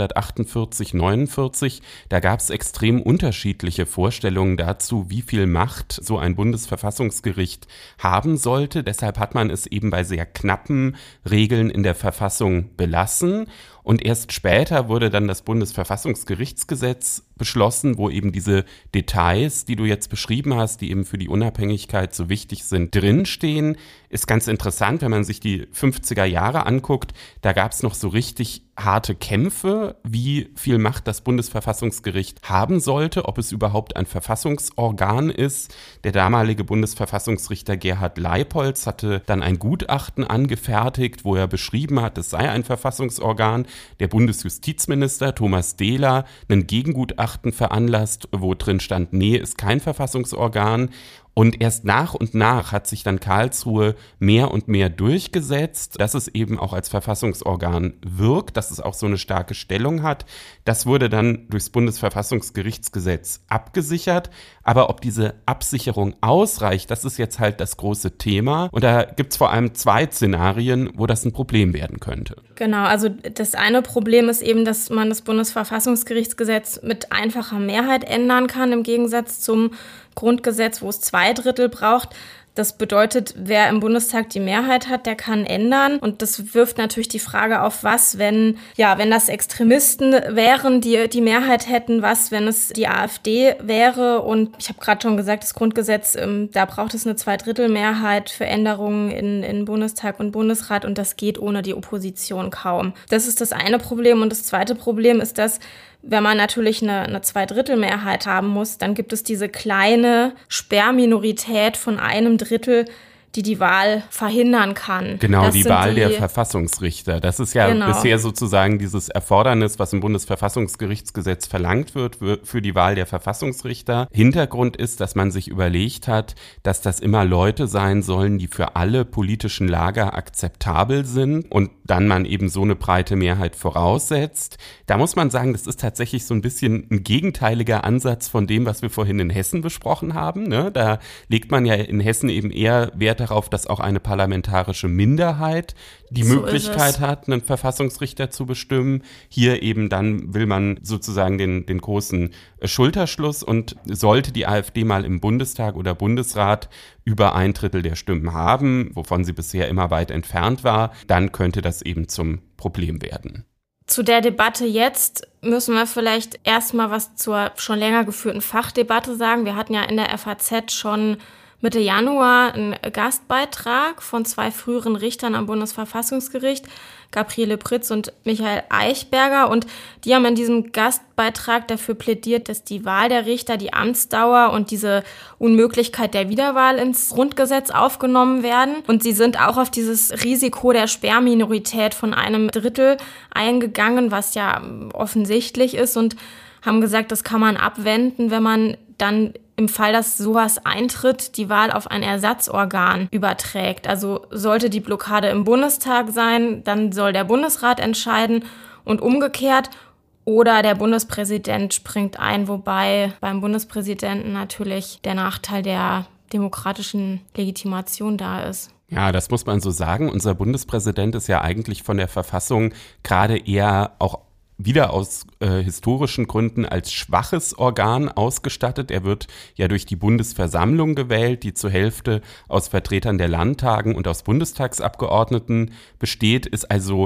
1948, 49, da gab es extrem unterschiedliche Vorstellungen dazu, wie viel Macht so ein Bundesverfassungsgericht haben sollte. Deshalb hat man es eben bei sehr knappen Regeln in der Verfassung belassen. Und erst später wurde dann das Bundesverfassungsgerichtsgesetz beschlossen, wo eben diese Details, die du jetzt beschrieben hast, die eben für die Unabhängigkeit so wichtig sind, drinstehen. Ist ganz interessant, wenn man sich die 50er Jahre anguckt, da gab es noch so richtig harte Kämpfe, wie viel Macht das Bundesverfassungsgericht haben sollte, ob es überhaupt ein Verfassungsorgan ist. Der damalige Bundesverfassungsrichter Gerhard Leipolz hatte dann ein Gutachten angefertigt, wo er beschrieben hat, es sei ein Verfassungsorgan. Der Bundesjustizminister Thomas Dehler ein Gegengutachten veranlasst, wo drin stand, nee, ist kein Verfassungsorgan. Und erst nach und nach hat sich dann Karlsruhe mehr und mehr durchgesetzt, dass es eben auch als Verfassungsorgan wirkt, dass es auch so eine starke Stellung hat. Das wurde dann durchs Bundesverfassungsgerichtsgesetz abgesichert. Aber ob diese Absicherung ausreicht, das ist jetzt halt das große Thema. Und da gibt es vor allem 2 Szenarien, wo das ein Problem werden könnte. Genau, also das eine Problem ist eben, dass man das Bundesverfassungsgerichtsgesetz mit einfacher Mehrheit ändern kann, im Gegensatz zum Grundgesetz, wo es 2/3 braucht. Das bedeutet, wer im Bundestag die Mehrheit hat, der kann ändern. Und das wirft natürlich die Frage auf, was, wenn das Extremisten wären, die die Mehrheit hätten, was, wenn es die AfD wäre. Und ich habe gerade schon gesagt, das Grundgesetz, da braucht es eine 2/3 Mehrheit für Änderungen in Bundestag und Bundesrat. Und das geht ohne die Opposition kaum. Das ist das eine Problem. Und das zweite Problem ist, dass wenn man natürlich eine 2/3 Mehrheit haben muss, dann gibt es diese kleine Sperrminorität von 1/3, die Wahl verhindern kann. Genau, das die Wahl der Verfassungsrichter. Das ist ja bisher sozusagen dieses Erfordernis, was im Bundesverfassungsgerichtsgesetz verlangt wird für die Wahl der Verfassungsrichter. Hintergrund ist, dass man sich überlegt hat, dass das immer Leute sein sollen, die für alle politischen Lager akzeptabel sind und dann man eben so eine breite Mehrheit voraussetzt. Da muss man sagen, das ist tatsächlich so ein bisschen ein gegenteiliger Ansatz von dem, was wir vorhin in Hessen besprochen haben, ne? Da legt man ja in Hessen eben eher Wert darauf, dass auch eine parlamentarische Minderheit die Möglichkeit hat, einen Verfassungsrichter zu bestimmen. Hier eben dann will man sozusagen den großen Schulterschluss, und sollte die AfD mal im Bundestag oder Bundesrat über 1/3 der Stimmen haben, wovon sie bisher immer weit entfernt war, dann könnte das eben zum Problem werden. Zu der Debatte jetzt müssen wir vielleicht erstmal was zur schon länger geführten Fachdebatte sagen. Wir hatten ja in der FAZ schon Mitte Januar einen Gastbeitrag von 2 früheren Richtern am Bundesverfassungsgericht, Gabriele Pritz und Michael Eichberger. Und die haben in diesem Gastbeitrag dafür plädiert, dass die Wahl der Richter, die Amtsdauer und diese Unmöglichkeit der Wiederwahl ins Grundgesetz aufgenommen werden. Und sie sind auch auf dieses Risiko der Sperrminorität von 1/3 eingegangen, was ja offensichtlich ist, und haben gesagt, das kann man abwenden, wenn man dann im Fall, dass sowas eintritt, die Wahl auf ein Ersatzorgan überträgt. Also sollte die Blockade im Bundestag sein, dann soll der Bundesrat entscheiden und umgekehrt. Oder der Bundespräsident springt ein, wobei beim Bundespräsidenten natürlich der Nachteil der demokratischen Legitimation da ist. Ja, das muss man so sagen. Unser Bundespräsident ist ja eigentlich von der Verfassung gerade eher auch wieder aus historischen Gründen als schwaches Organ ausgestattet. Er wird ja durch die Bundesversammlung gewählt, die zur Hälfte aus Vertretern der Landtagen und aus Bundestagsabgeordneten besteht, ist also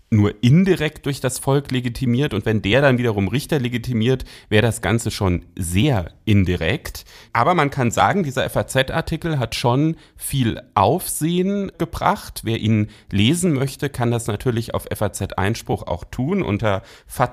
nur indirekt durch das Volk legitimiert und wenn der dann wiederum Richter legitimiert, wäre das Ganze schon sehr indirekt. Aber man kann sagen, dieser FAZ-Artikel hat schon viel Aufsehen gebracht. Wer ihn lesen möchte, kann das natürlich auf FAZ Einspruch auch tun. Unter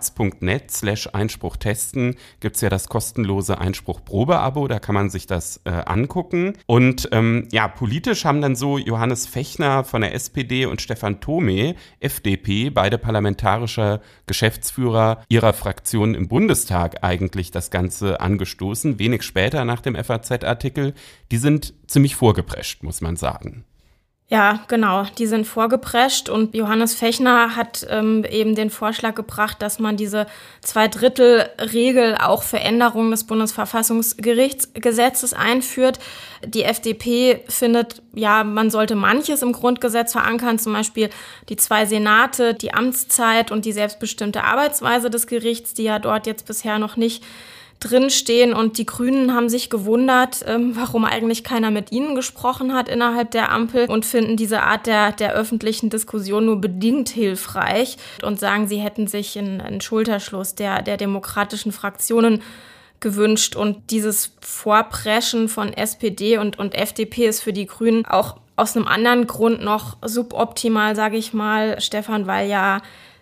faz.net/Einspruch testen gibt's ja das kostenlose Einspruch-Probe-Abo, da kann man sich das angucken. Und politisch haben dann so Johannes Fechner von der SPD und Stefan Thome, FDP, beide parlamentarische Geschäftsführer ihrer Fraktion im Bundestag eigentlich das Ganze angestoßen, wenig später nach dem FAZ-Artikel. Die sind ziemlich vorgeprescht, muss man sagen. Ja, genau, die sind vorgeprescht und Johannes Fechner hat eben den Vorschlag gebracht, dass man diese Zweidrittel-Regel auch für Änderungen des Bundesverfassungsgerichtsgesetzes einführt. Die FDP findet, ja, man sollte manches im Grundgesetz verankern, zum Beispiel die 2 Senate, die Amtszeit und die selbstbestimmte Arbeitsweise des Gerichts, die ja dort jetzt bisher noch nicht drinstehen. Und die Grünen haben sich gewundert, warum eigentlich keiner mit ihnen gesprochen hat innerhalb der Ampel und finden diese Art der öffentlichen Diskussion nur bedingt hilfreich und sagen, sie hätten sich einen Schulterschluss der demokratischen Fraktionen gewünscht. Und dieses Vorpreschen von SPD und FDP ist für die Grünen auch aus einem anderen Grund noch suboptimal, sage ich mal, Stefan, weil ja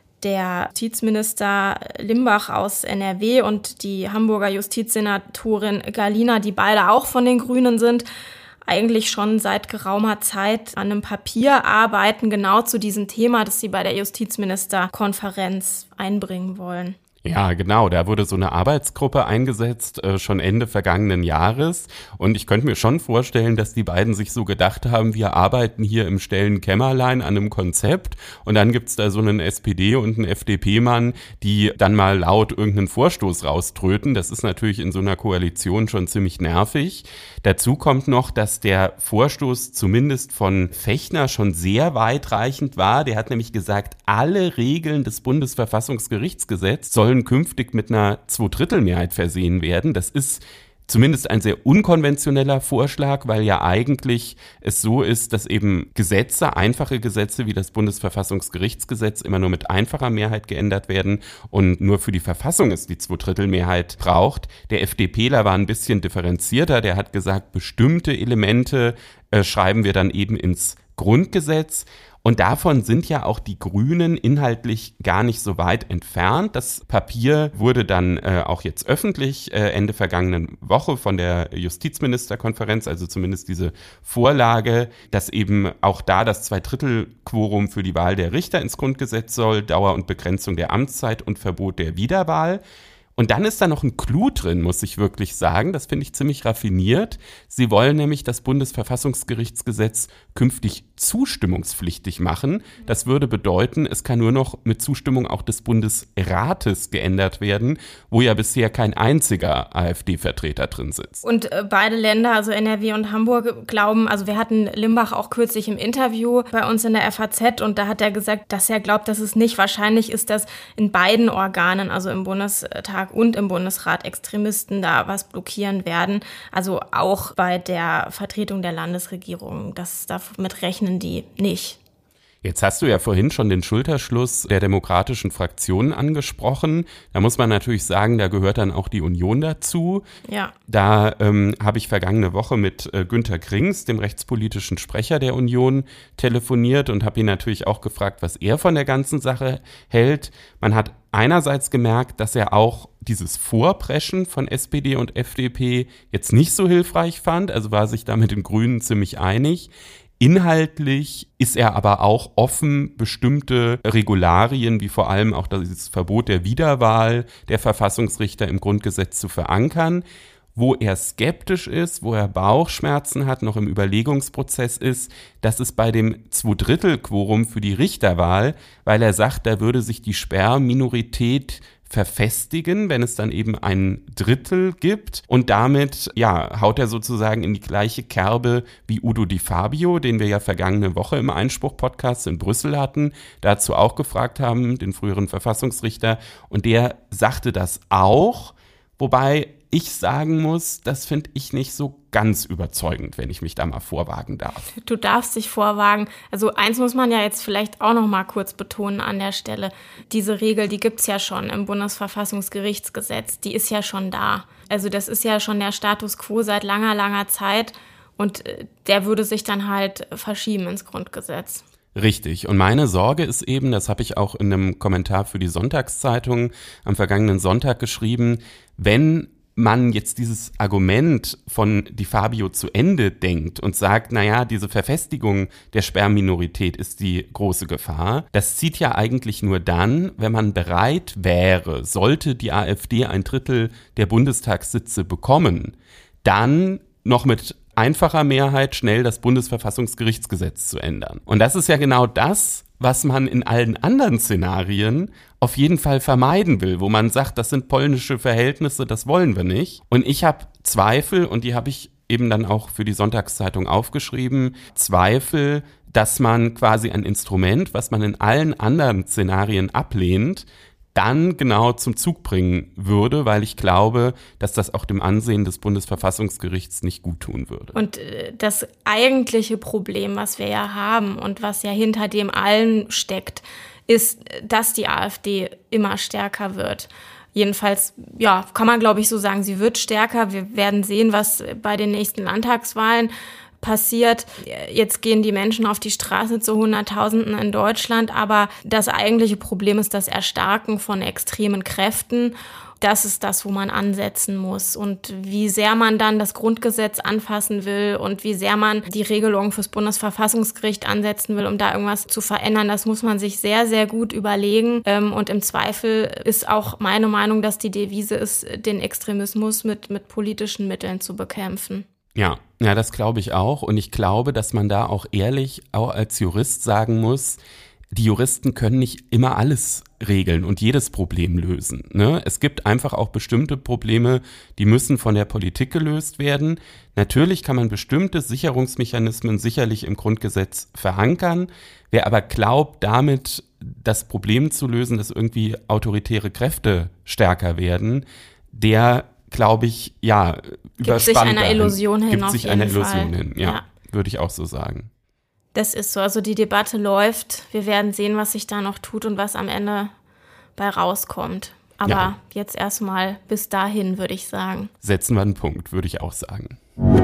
der Justizminister Limbach aus NRW und die Hamburger Justizsenatorin Galina, die beide auch von den Grünen sind, eigentlich schon seit geraumer Zeit an einem Papier arbeiten, genau zu diesem Thema, das sie bei der Justizministerkonferenz einbringen wollen. Ja, genau. Da wurde so eine Arbeitsgruppe eingesetzt, schon Ende vergangenen Jahres. Und ich könnte mir schon vorstellen, dass die beiden sich so gedacht haben, wir arbeiten hier im stillen Kämmerlein an einem Konzept. Und dann gibt's da so einen SPD- und einen FDP-Mann, die dann mal laut irgendeinen Vorstoß rauströten. Das ist natürlich in so einer Koalition schon ziemlich nervig. Dazu kommt noch, dass der Vorstoß zumindest von Fechner schon sehr weitreichend war. Der hat nämlich gesagt, alle Regeln des Bundesverfassungsgerichtsgesetzes sollen künftig mit einer Zweidrittelmehrheit versehen werden. Das ist zumindest ein sehr unkonventioneller Vorschlag, weil ja eigentlich es so ist, dass eben Gesetze, einfache Gesetze wie das Bundesverfassungsgerichtsgesetz immer nur mit einfacher Mehrheit geändert werden und nur für die Verfassung es die Zweidrittelmehrheit braucht. Der FDPler war ein bisschen differenzierter, der hat gesagt, bestimmte Elemente schreiben wir dann eben ins Grundgesetz. Und davon sind ja auch die Grünen inhaltlich gar nicht so weit entfernt. Das Papier wurde dann auch jetzt öffentlich Ende vergangenen Woche von der Justizministerkonferenz, also zumindest diese Vorlage, dass eben auch da das Zweidrittel-Quorum für die Wahl der Richter ins Grundgesetz soll, Dauer und Begrenzung der Amtszeit und Verbot der Wiederwahl. Und dann ist da noch ein Clou drin, muss ich wirklich sagen. Das finde ich ziemlich raffiniert. Sie wollen nämlich das Bundesverfassungsgerichtsgesetz künftig zustimmungspflichtig machen. Das würde bedeuten, es kann nur noch mit Zustimmung auch des Bundesrates geändert werden, wo ja bisher kein einziger AfD-Vertreter drin sitzt. Und beide Länder, also NRW und Hamburg, glauben, also wir hatten Limbach auch kürzlich im Interview bei uns in der FAZ und da hat er gesagt, dass er glaubt, dass es nicht wahrscheinlich ist, dass in beiden Organen, also im Bundestag und im Bundesrat, Extremisten da was blockieren werden. Also auch bei der Vertretung der Landesregierung. Damit rechnen die nicht. Jetzt hast du ja vorhin schon den Schulterschluss der demokratischen Fraktionen angesprochen. Da muss man natürlich sagen, da gehört dann auch die Union dazu. Ja. Da habe ich vergangene Woche mit Günther Krings, dem rechtspolitischen Sprecher der Union, telefoniert und habe ihn natürlich auch gefragt, was er von der ganzen Sache hält. Man hat einerseits gemerkt, dass er auch dieses Vorpreschen von SPD und FDP jetzt nicht so hilfreich fand, also war sich da mit den Grünen ziemlich einig. Inhaltlich ist er aber auch offen, bestimmte Regularien, wie vor allem auch dieses Verbot der Wiederwahl der Verfassungsrichter im Grundgesetz zu verankern. Wo er skeptisch ist, wo er Bauchschmerzen hat, noch im Überlegungsprozess ist, das ist bei dem Zweidrittel-Quorum für die Richterwahl, weil er sagt, da würde sich die Sperrminorität verfestigen, wenn es dann eben ein Drittel gibt. Und damit, ja, haut er sozusagen in die gleiche Kerbe wie Udo Di Fabio, den wir ja vergangene Woche im Einspruch-Podcast in Brüssel hatten, dazu auch gefragt haben, den früheren Verfassungsrichter. Und der sagte das auch, wobei ich sagen muss, das finde ich nicht so ganz überzeugend, wenn ich mich da mal vorwagen darf. Du darfst dich vorwagen. Also eins muss man ja jetzt vielleicht auch noch mal kurz betonen an der Stelle. Diese Regel, die gibt's ja schon im Bundesverfassungsgerichtsgesetz. Die ist ja schon da. Also das ist ja schon der Status quo seit langer, langer Zeit. Und der würde sich dann halt verschieben ins Grundgesetz. Richtig. Und meine Sorge ist eben, das habe ich auch in einem Kommentar für die Sonntagszeitung am vergangenen Sonntag geschrieben, wenn man jetzt dieses Argument von Di Fabio zu Ende denkt und sagt, naja, diese Verfestigung der Sperrminorität ist die große Gefahr. Das zieht ja eigentlich nur dann, wenn man bereit wäre, sollte die AfD 1/3 der Bundestagssitze bekommen, dann noch mit einfacher Mehrheit schnell das Bundesverfassungsgerichtsgesetz zu ändern. Und das ist ja genau das, was man in allen anderen Szenarien auf jeden Fall vermeiden will, wo man sagt, das sind polnische Verhältnisse, das wollen wir nicht. Und ich habe Zweifel, und die habe ich eben dann auch für die Sonntagszeitung aufgeschrieben, Zweifel, dass man quasi ein Instrument, was man in allen anderen Szenarien ablehnt, dann genau zum Zug bringen würde, weil ich glaube, dass das auch dem Ansehen des Bundesverfassungsgerichts nicht gut tun würde. Und das eigentliche Problem, was wir ja haben und was ja hinter dem allen steckt, ist, dass die AfD immer stärker wird. Jedenfalls, ja, kann man, glaube ich, so sagen, sie wird stärker. Wir werden sehen, was bei den nächsten Landtagswahlen passiert. Jetzt gehen die Menschen auf die Straße zu Hunderttausenden in Deutschland, aber das eigentliche Problem ist das Erstarken von extremen Kräften. Das ist das, wo man ansetzen muss. Und wie sehr man dann das Grundgesetz anfassen will und wie sehr man die Regelung fürs Bundesverfassungsgericht ansetzen will, um da irgendwas zu verändern, das muss man sich sehr, sehr gut überlegen. Und im Zweifel ist auch meine Meinung, dass die Devise ist, den Extremismus mit politischen Mitteln zu bekämpfen. Ja, das glaube ich auch. Und ich glaube, dass man da auch ehrlich, auch als Jurist sagen muss, die Juristen können nicht immer alles regeln und jedes Problem lösen, ne? Es gibt einfach auch bestimmte Probleme, die müssen von der Politik gelöst werden. Natürlich kann man bestimmte Sicherungsmechanismen sicherlich im Grundgesetz verankern. Wer aber glaubt, damit das Problem zu lösen, dass irgendwie autoritäre Kräfte stärker werden, der, glaube ich, ja, gibt sich einer Illusion hin. Gibt sich einer Illusion hin, ja, würde ich auch so sagen. Das ist so, also die Debatte läuft. Wir werden sehen, was sich da noch tut und was am Ende bei rauskommt. Aber jetzt erstmal bis dahin, würde ich sagen. Setzen wir einen Punkt, würde ich auch sagen.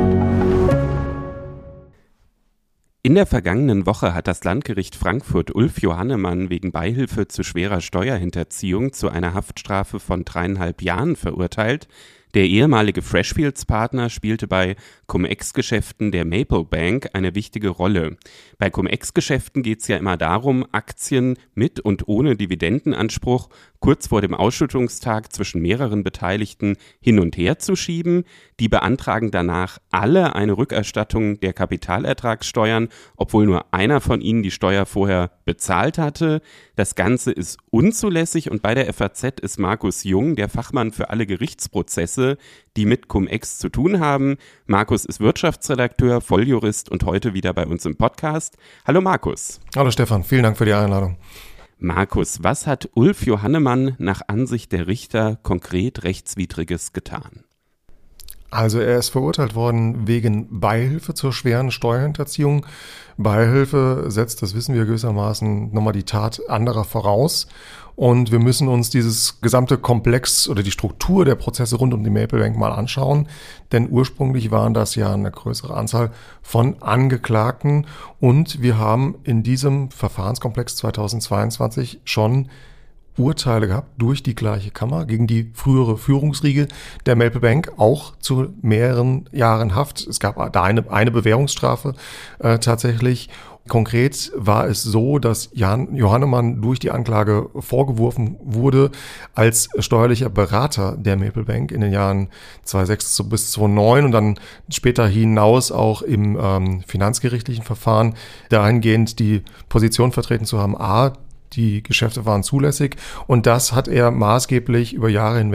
In der vergangenen Woche hat das Landgericht Frankfurt Ulf Johannemann wegen Beihilfe zu schwerer Steuerhinterziehung zu einer Haftstrafe von 3,5 Jahren verurteilt. Der ehemalige Freshfields-Partner spielte bei Cum-Ex-Geschäften der Maple Bank eine wichtige Rolle. Bei Cum-Ex-Geschäften geht es ja immer darum, Aktien mit und ohne Dividendenanspruch kurz vor dem Ausschüttungstag zwischen mehreren Beteiligten hin und her zu schieben. Die beantragen danach alle eine Rückerstattung der Kapitalertragssteuern, obwohl nur einer von ihnen die Steuer vorher bezahlt hatte. Das Ganze ist unzulässig und bei der FAZ ist Markus Jung, der Fachmann für alle Gerichtsprozesse, die mit Cum-Ex zu tun haben. Markus ist Wirtschaftsredakteur, Volljurist und heute wieder bei uns im Podcast. Hallo Markus. Hallo Stefan, vielen Dank für die Einladung. Markus, was hat Ulf Johannemann nach Ansicht der Richter konkret Rechtswidriges getan? Also er ist verurteilt worden wegen Beihilfe zur schweren Steuerhinterziehung. Beihilfe setzt, das wissen wir gewissermaßen, nochmal die Tat anderer voraus. Und wir müssen uns dieses gesamte Komplex oder die Struktur der Prozesse rund um die Maple Bank mal anschauen. Denn ursprünglich waren das ja eine größere Anzahl von Angeklagten. Und wir haben in diesem Verfahrenskomplex 2022 schon Urteile gehabt durch die gleiche Kammer gegen die frühere Führungsriege der Maple Bank, auch zu mehreren Jahren Haft. Es gab da eine Bewährungsstrafe tatsächlich. Konkret war es so, dass Johannemann durch die Anklage vorgeworfen wurde, als steuerlicher Berater der Maple Bank in den Jahren 2006 bis 2009 und dann später hinaus auch im finanzgerichtlichen Verfahren dahingehend die Position vertreten zu haben, die Geschäfte waren zulässig und das hat er maßgeblich über Jahre hinweg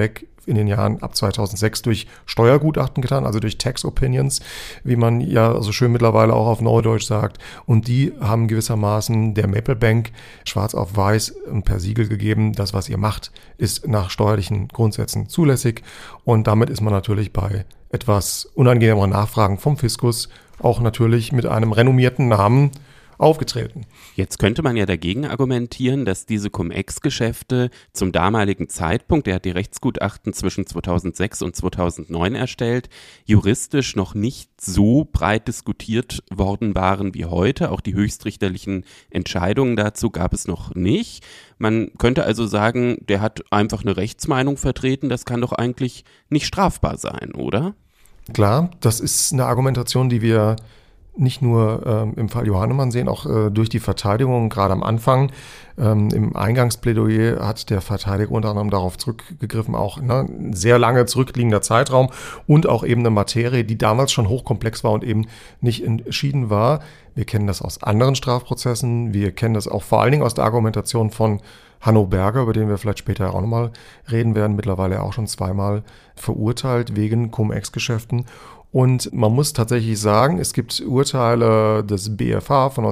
in den Jahren ab 2006 durch Steuergutachten getan, also durch Tax Opinions, wie man ja so schön mittlerweile auch auf Neudeutsch sagt. Und die haben gewissermaßen der Maple Bank schwarz auf weiß und per Siegel gegeben, das, was ihr macht, ist nach steuerlichen Grundsätzen zulässig. Und damit ist man natürlich bei etwas unangenehmeren Nachfragen vom Fiskus auch natürlich mit einem renommierten Namen aufgetreten. Jetzt könnte man ja dagegen argumentieren, dass diese Cum-Ex-Geschäfte zum damaligen Zeitpunkt, der hat die Rechtsgutachten zwischen 2006 und 2009 erstellt, juristisch noch nicht so breit diskutiert worden waren wie heute. Auch die höchstrichterlichen Entscheidungen dazu gab es noch nicht. Man könnte also sagen, der hat einfach eine Rechtsmeinung vertreten, das kann doch eigentlich nicht strafbar sein, oder? Klar, das ist eine Argumentation, die wir nicht nur im Fall Johannemann sehen, auch durch die Verteidigung, gerade am Anfang. Im Eingangsplädoyer hat der Verteidiger unter anderem darauf zurückgegriffen, auch ein sehr lange zurückliegender Zeitraum und auch eben eine Materie, die damals schon hochkomplex war und eben nicht entschieden war. Wir kennen das aus anderen Strafprozessen, wir kennen das auch vor allen Dingen aus der Argumentation von Hanno Berger, über den wir vielleicht später auch nochmal reden werden, mittlerweile auch schon zweimal verurteilt wegen Cum-Ex-Geschäften. Und man muss tatsächlich sagen, es gibt Urteile des BFH von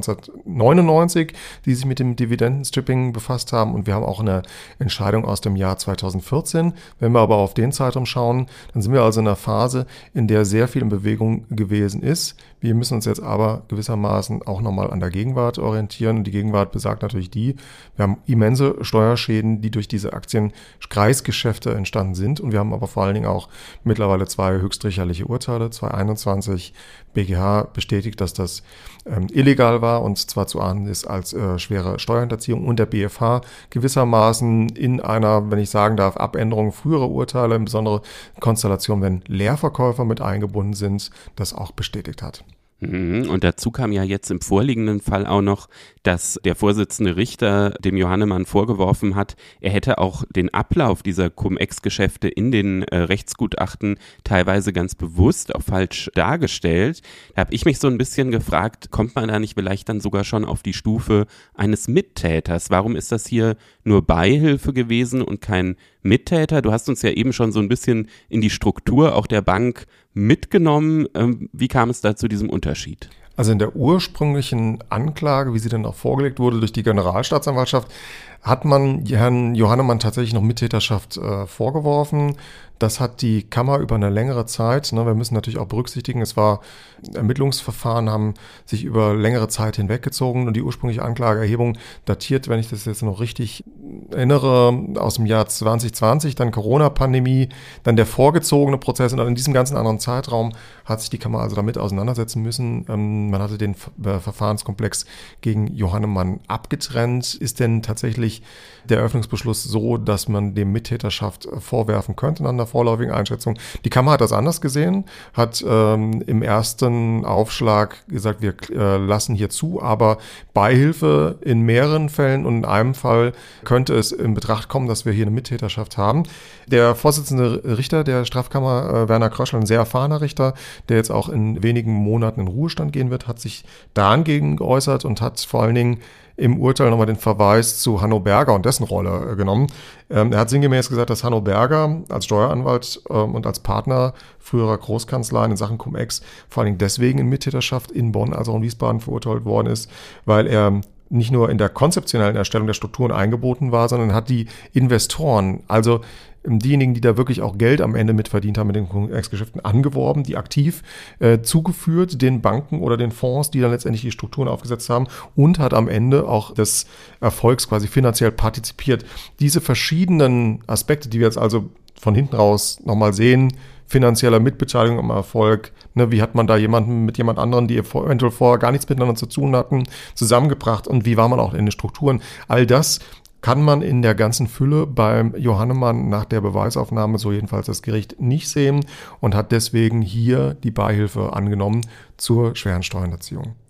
1999, die sich mit dem Dividendenstripping befasst haben. Und wir haben auch eine Entscheidung aus dem Jahr 2014. Wenn wir aber auf den Zeitraum schauen, dann sind wir also in einer Phase, in der sehr viel in Bewegung gewesen ist. Wir müssen uns jetzt aber gewissermaßen auch nochmal an der Gegenwart orientieren. Und die Gegenwart besagt natürlich wir haben immense Steuerschäden, die durch diese Aktienkreisgeschäfte entstanden sind. Und wir haben aber vor allen Dingen auch mittlerweile 2 höchstrichterliche Urteile. 2021 BGH bestätigt, dass das illegal war und zwar zu ahnden ist als schwere Steuerhinterziehung und der BFH gewissermaßen in einer, wenn ich sagen darf, Abänderung früherer Urteile, insbesondere Konstellation, wenn Leerverkäufer mit eingebunden sind, das auch bestätigt hat. Und dazu kam ja jetzt im vorliegenden Fall auch noch, dass der Vorsitzende Richter dem Johannemann vorgeworfen hat, er hätte auch den Ablauf dieser Cum-Ex-Geschäfte in den Rechtsgutachten teilweise ganz bewusst auch falsch dargestellt. Da habe ich mich so ein bisschen gefragt, kommt man da nicht vielleicht dann sogar schon auf die Stufe eines Mittäters? Warum ist das hier nur Beihilfe gewesen und kein Mittäter? Du hast uns ja eben schon so ein bisschen in die Struktur auch der Bank mitgenommen. Wie kam es da zu diesem Unterschied? Also in der ursprünglichen Anklage, wie sie dann auch vorgelegt wurde durch die Generalstaatsanwaltschaft, hat man Herrn Johannemann tatsächlich noch Mittäterschaft vorgeworfen. Das hat die Kammer über eine längere Zeit, wir müssen natürlich auch berücksichtigen, Ermittlungsverfahren haben sich über längere Zeit hinweggezogen und die ursprüngliche Anklageerhebung datiert, wenn ich das jetzt noch richtig erinnere, aus dem Jahr 2020, dann Corona-Pandemie, dann der vorgezogene Prozess und in diesem ganzen anderen Zeitraum hat sich die Kammer also damit auseinandersetzen müssen. Man hatte den Verfahrenskomplex gegen Johannemann abgetrennt. Ist denn tatsächlich der Eröffnungsbeschluss so, dass man dem Mittäterschaft vorwerfen könnte nach einer vorläufigen Einschätzung? Die Kammer hat das anders gesehen, hat im ersten Aufschlag gesagt, wir lassen hier zu, aber Beihilfe in mehreren Fällen und in einem Fall könnte es in Betracht kommen, dass wir hier eine Mittäterschaft haben. Der Vorsitzende Richter der Strafkammer, Werner Kröschl, ein sehr erfahrener Richter, der jetzt auch in wenigen Monaten in Ruhestand gehen wird, hat sich dagegen geäußert und hat vor allen Dingen im Urteil nochmal den Verweis zu Hanno Berger und dessen Rolle genommen. Er hat sinngemäß gesagt, dass Hanno Berger als Steueranwalt und als Partner früherer Großkanzleien in Sachen Cum-Ex vor allen Dingen deswegen in Mittäterschaft in Bonn als auch in Wiesbaden verurteilt worden ist, weil er nicht nur in der konzeptionellen Erstellung der Strukturen eingebunden war, sondern hat die Investoren, also diejenigen, die da wirklich auch Geld am Ende mitverdient haben mit den Cum-Ex-Geschäften, angeworben, die aktiv zugeführt den Banken oder den Fonds, die dann letztendlich die Strukturen aufgesetzt haben und hat am Ende auch des Erfolgs quasi finanziell partizipiert. Diese verschiedenen Aspekte, die wir jetzt also von hinten raus nochmal sehen, finanzieller Mitbeteiligung am Erfolg, wie hat man da jemanden mit jemand anderen, die eventuell vorher gar nichts miteinander zu tun hatten, zusammengebracht und wie war man auch in den Strukturen, all das kann man in der ganzen Fülle beim Johannemann nach der Beweisaufnahme, so jedenfalls das Gericht, nicht sehen und hat deswegen hier die Beihilfe angenommen zur schweren Steuerhinterziehung.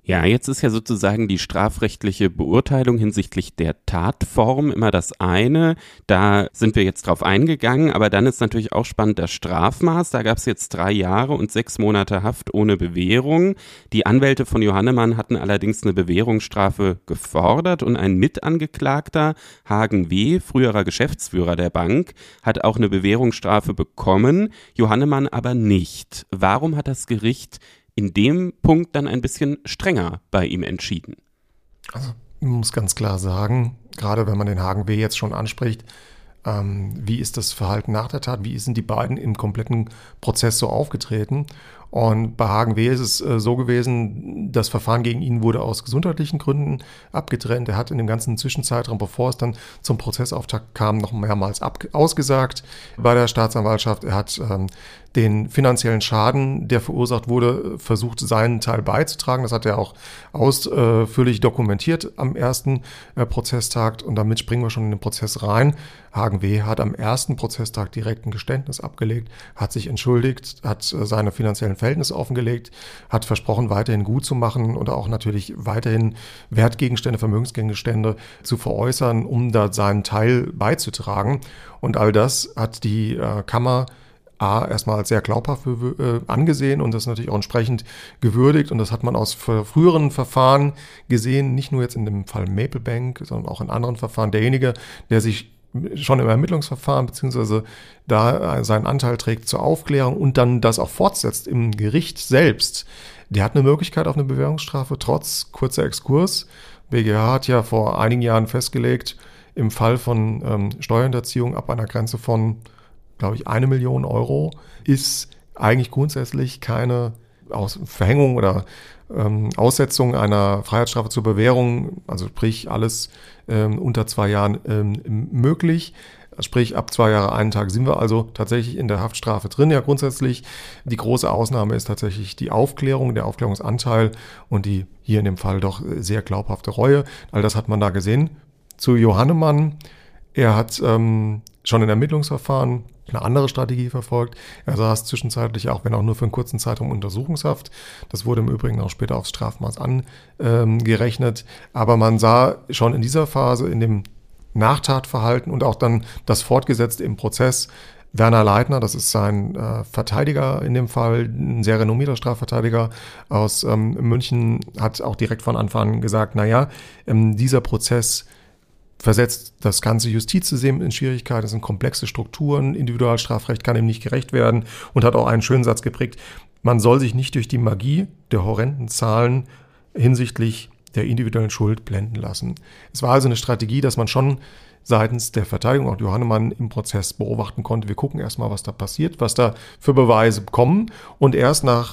Ja, jetzt ist ja sozusagen die strafrechtliche Beurteilung hinsichtlich der Tatform immer das eine. Da sind wir jetzt drauf eingegangen, aber dann ist natürlich auch spannend das Strafmaß. Da gab es jetzt 3 Jahre und 6 Monate Haft ohne Bewährung. Die Anwälte von Johannemann hatten allerdings eine Bewährungsstrafe gefordert und ein Mitangeklagter, Hagen W., früherer Geschäftsführer der Bank, hat auch eine Bewährungsstrafe bekommen, Johannemann aber nicht. Warum hat das Gericht in dem Punkt dann ein bisschen strenger bei ihm entschieden? Also, man muss ganz klar sagen, gerade wenn man den Hagen W. jetzt schon anspricht, wie ist das Verhalten nach der Tat, wie sind die beiden im kompletten Prozess so aufgetreten? Und bei Hagen W. ist es so gewesen, das Verfahren gegen ihn wurde aus gesundheitlichen Gründen abgetrennt. Er hat in dem ganzen Zwischenzeitraum, bevor es dann zum Prozessauftakt kam, noch mehrmals ausgesagt bei der Staatsanwaltschaft. Er hat den finanziellen Schaden, der verursacht wurde, versucht, seinen Teil beizutragen. Das hat er auch ausführlich dokumentiert am ersten Prozesstag. Und damit springen wir schon in den Prozess rein. Hagen W. hat am ersten Prozesstag direkt ein Geständnis abgelegt, hat sich entschuldigt, hat seine finanziellen Verhältnisse offengelegt, hat versprochen, weiterhin gut zu machen und auch natürlich weiterhin Wertgegenstände, Vermögensgegenstände zu veräußern, um da seinen Teil beizutragen. Und all das hat die Kammer erstmal als sehr glaubhaft angesehen und das natürlich auch entsprechend gewürdigt. Und das hat man aus früheren Verfahren gesehen, nicht nur jetzt in dem Fall Maple Bank, sondern auch in anderen Verfahren. Derjenige, der sich schon im Ermittlungsverfahren beziehungsweise da seinen Anteil trägt zur Aufklärung und dann das auch fortsetzt im Gericht selbst, der hat eine Möglichkeit auf eine Bewährungsstrafe, trotz kurzer Exkurs. BGH hat ja vor einigen Jahren festgelegt, im Fall von Steuerhinterziehung ab einer Grenze von, glaube ich, 1 Million Euro ist eigentlich grundsätzlich keine Verhängung oder Aussetzung einer Freiheitsstrafe zur Bewährung, also sprich alles unter 2 Jahren möglich. Sprich, ab 2 Jahre, 1 Tag sind wir also tatsächlich in der Haftstrafe drin. Ja, grundsätzlich die große Ausnahme ist tatsächlich die Aufklärung, der Aufklärungsanteil und die hier in dem Fall doch sehr glaubhafte Reue. All das hat man da gesehen. Zu Johannemann, er hat schon in Ermittlungsverfahren eine andere Strategie verfolgt. Er saß zwischenzeitlich auch, wenn auch nur für einen kurzen Zeitraum, Untersuchungshaft. Das wurde im Übrigen auch später aufs Strafmaß angerechnet. Aber man sah schon in dieser Phase, in dem Nachtatverhalten und auch dann das Fortgesetzte im Prozess, Werner Leitner, das ist sein Verteidiger in dem Fall, ein sehr renommierter Strafverteidiger aus München, hat auch direkt von Anfang an gesagt, dieser Prozess versetzt das ganze Justizsystem in Schwierigkeiten, es sind komplexe Strukturen, Individualstrafrecht kann ihm nicht gerecht werden und hat auch einen schönen Satz geprägt, man soll sich nicht durch die Magie der horrenden Zahlen hinsichtlich der individuellen Schuld blenden lassen. Es war also eine Strategie, dass man schon seitens der Verteidigung, auch Johannemann, im Prozess beobachten konnte. Wir gucken erstmal, was da passiert, was da für Beweise kommen. Und erst nach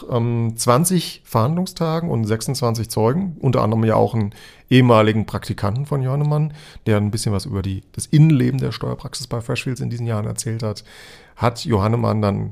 20 Verhandlungstagen und 26 Zeugen, unter anderem ja auch einen ehemaligen Praktikanten von Johannemann, der ein bisschen was über das Innenleben der Steuerpraxis bei Freshfields in diesen Jahren erzählt hat Johannemann dann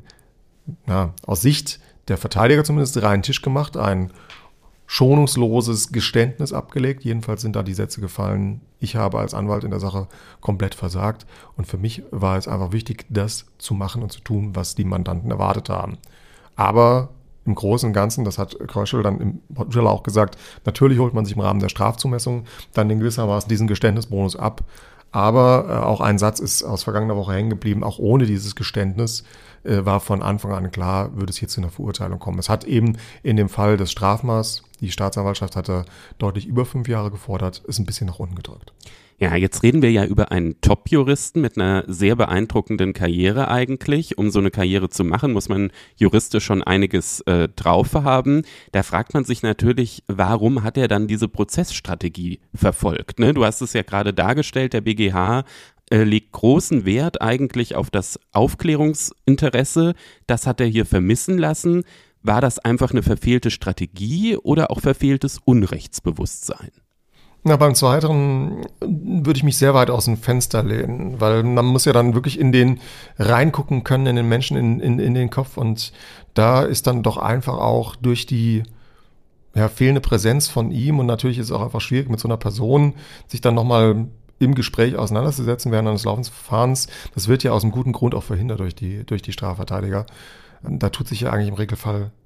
aus Sicht der Verteidiger zumindest reinen Tisch gemacht, ein schonungsloses Geständnis abgelegt. Jedenfalls sind da die Sätze gefallen, ich habe als Anwalt in der Sache komplett versagt. Und für mich war es einfach wichtig, das zu machen und zu tun, was die Mandanten erwartet haben. Aber im Großen und Ganzen, das hat Kröschel dann im Urteil auch gesagt, natürlich holt man sich im Rahmen der Strafzumessung dann in gewissermaßen diesen Geständnisbonus ab. Aber auch ein Satz ist aus vergangener Woche hängen geblieben, auch ohne dieses Geständnis war von Anfang an klar, würde es hier zu einer Verurteilung kommen. Es hat eben in dem Fall des Strafmaß, die Staatsanwaltschaft hatte deutlich über 5 Jahre gefordert, ist ein bisschen nach unten gedrückt. Ja, jetzt reden wir ja über einen Top-Juristen mit einer sehr beeindruckenden Karriere eigentlich. Um so eine Karriere zu machen, muss man juristisch schon einiges drauf haben. Da fragt man sich natürlich, warum hat er dann diese Prozessstrategie verfolgt? Ne? Du hast es ja gerade dargestellt, der BGH legt großen Wert eigentlich auf das Aufklärungsinteresse. Das hat er hier vermissen lassen. War das einfach eine verfehlte Strategie oder auch verfehltes Unrechtsbewusstsein? Beim Zweiteren würde ich mich sehr weit aus dem Fenster lehnen, weil man muss ja dann wirklich in den reingucken können, in den Menschen, in den Kopf. Und da ist dann doch einfach auch durch die fehlende Präsenz von ihm und natürlich ist es auch einfach schwierig mit so einer Person, sich dann nochmal im Gespräch auseinanderzusetzen während eines laufenden Verfahrens. Das wird ja aus einem guten Grund auch verhindert durch die Strafverteidiger. Da tut sich ja eigentlich im Regelfall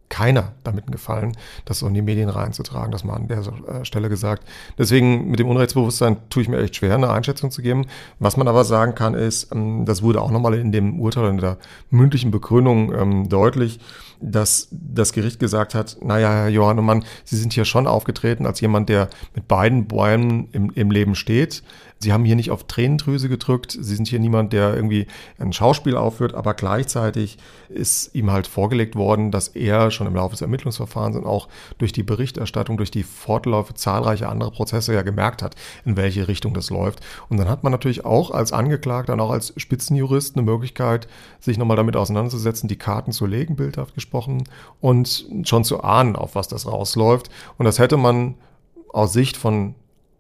keiner damit einen Gefallen, das so in die Medien reinzutragen, das mal an der Stelle gesagt. Deswegen mit dem Unrechtsbewusstsein tue ich mir echt schwer, eine Einschätzung zu geben. Was man aber sagen kann, ist, das wurde auch nochmal in dem Urteil, in der mündlichen Begründung deutlich, dass das Gericht gesagt hat, naja, Herr Johannemann, Sie sind hier schon aufgetreten als jemand, der mit beiden Beinen im Leben steht. Sie haben hier nicht auf Tränendrüse gedrückt. Sie sind hier niemand, der irgendwie ein Schauspiel aufführt, aber gleichzeitig ist ihm halt vorgelegt worden, dass er schon im Laufe des Ermittlungsverfahrens und auch durch die Berichterstattung, durch die Fortläufe zahlreicher anderer Prozesse ja gemerkt hat, in welche Richtung das läuft. Und dann hat man natürlich auch als Angeklagter und auch als Spitzenjurist eine Möglichkeit, sich nochmal damit auseinanderzusetzen, die Karten zu legen, bildhaft gesprochen, und schon zu ahnen, auf was das rausläuft. Und das hätte man aus Sicht von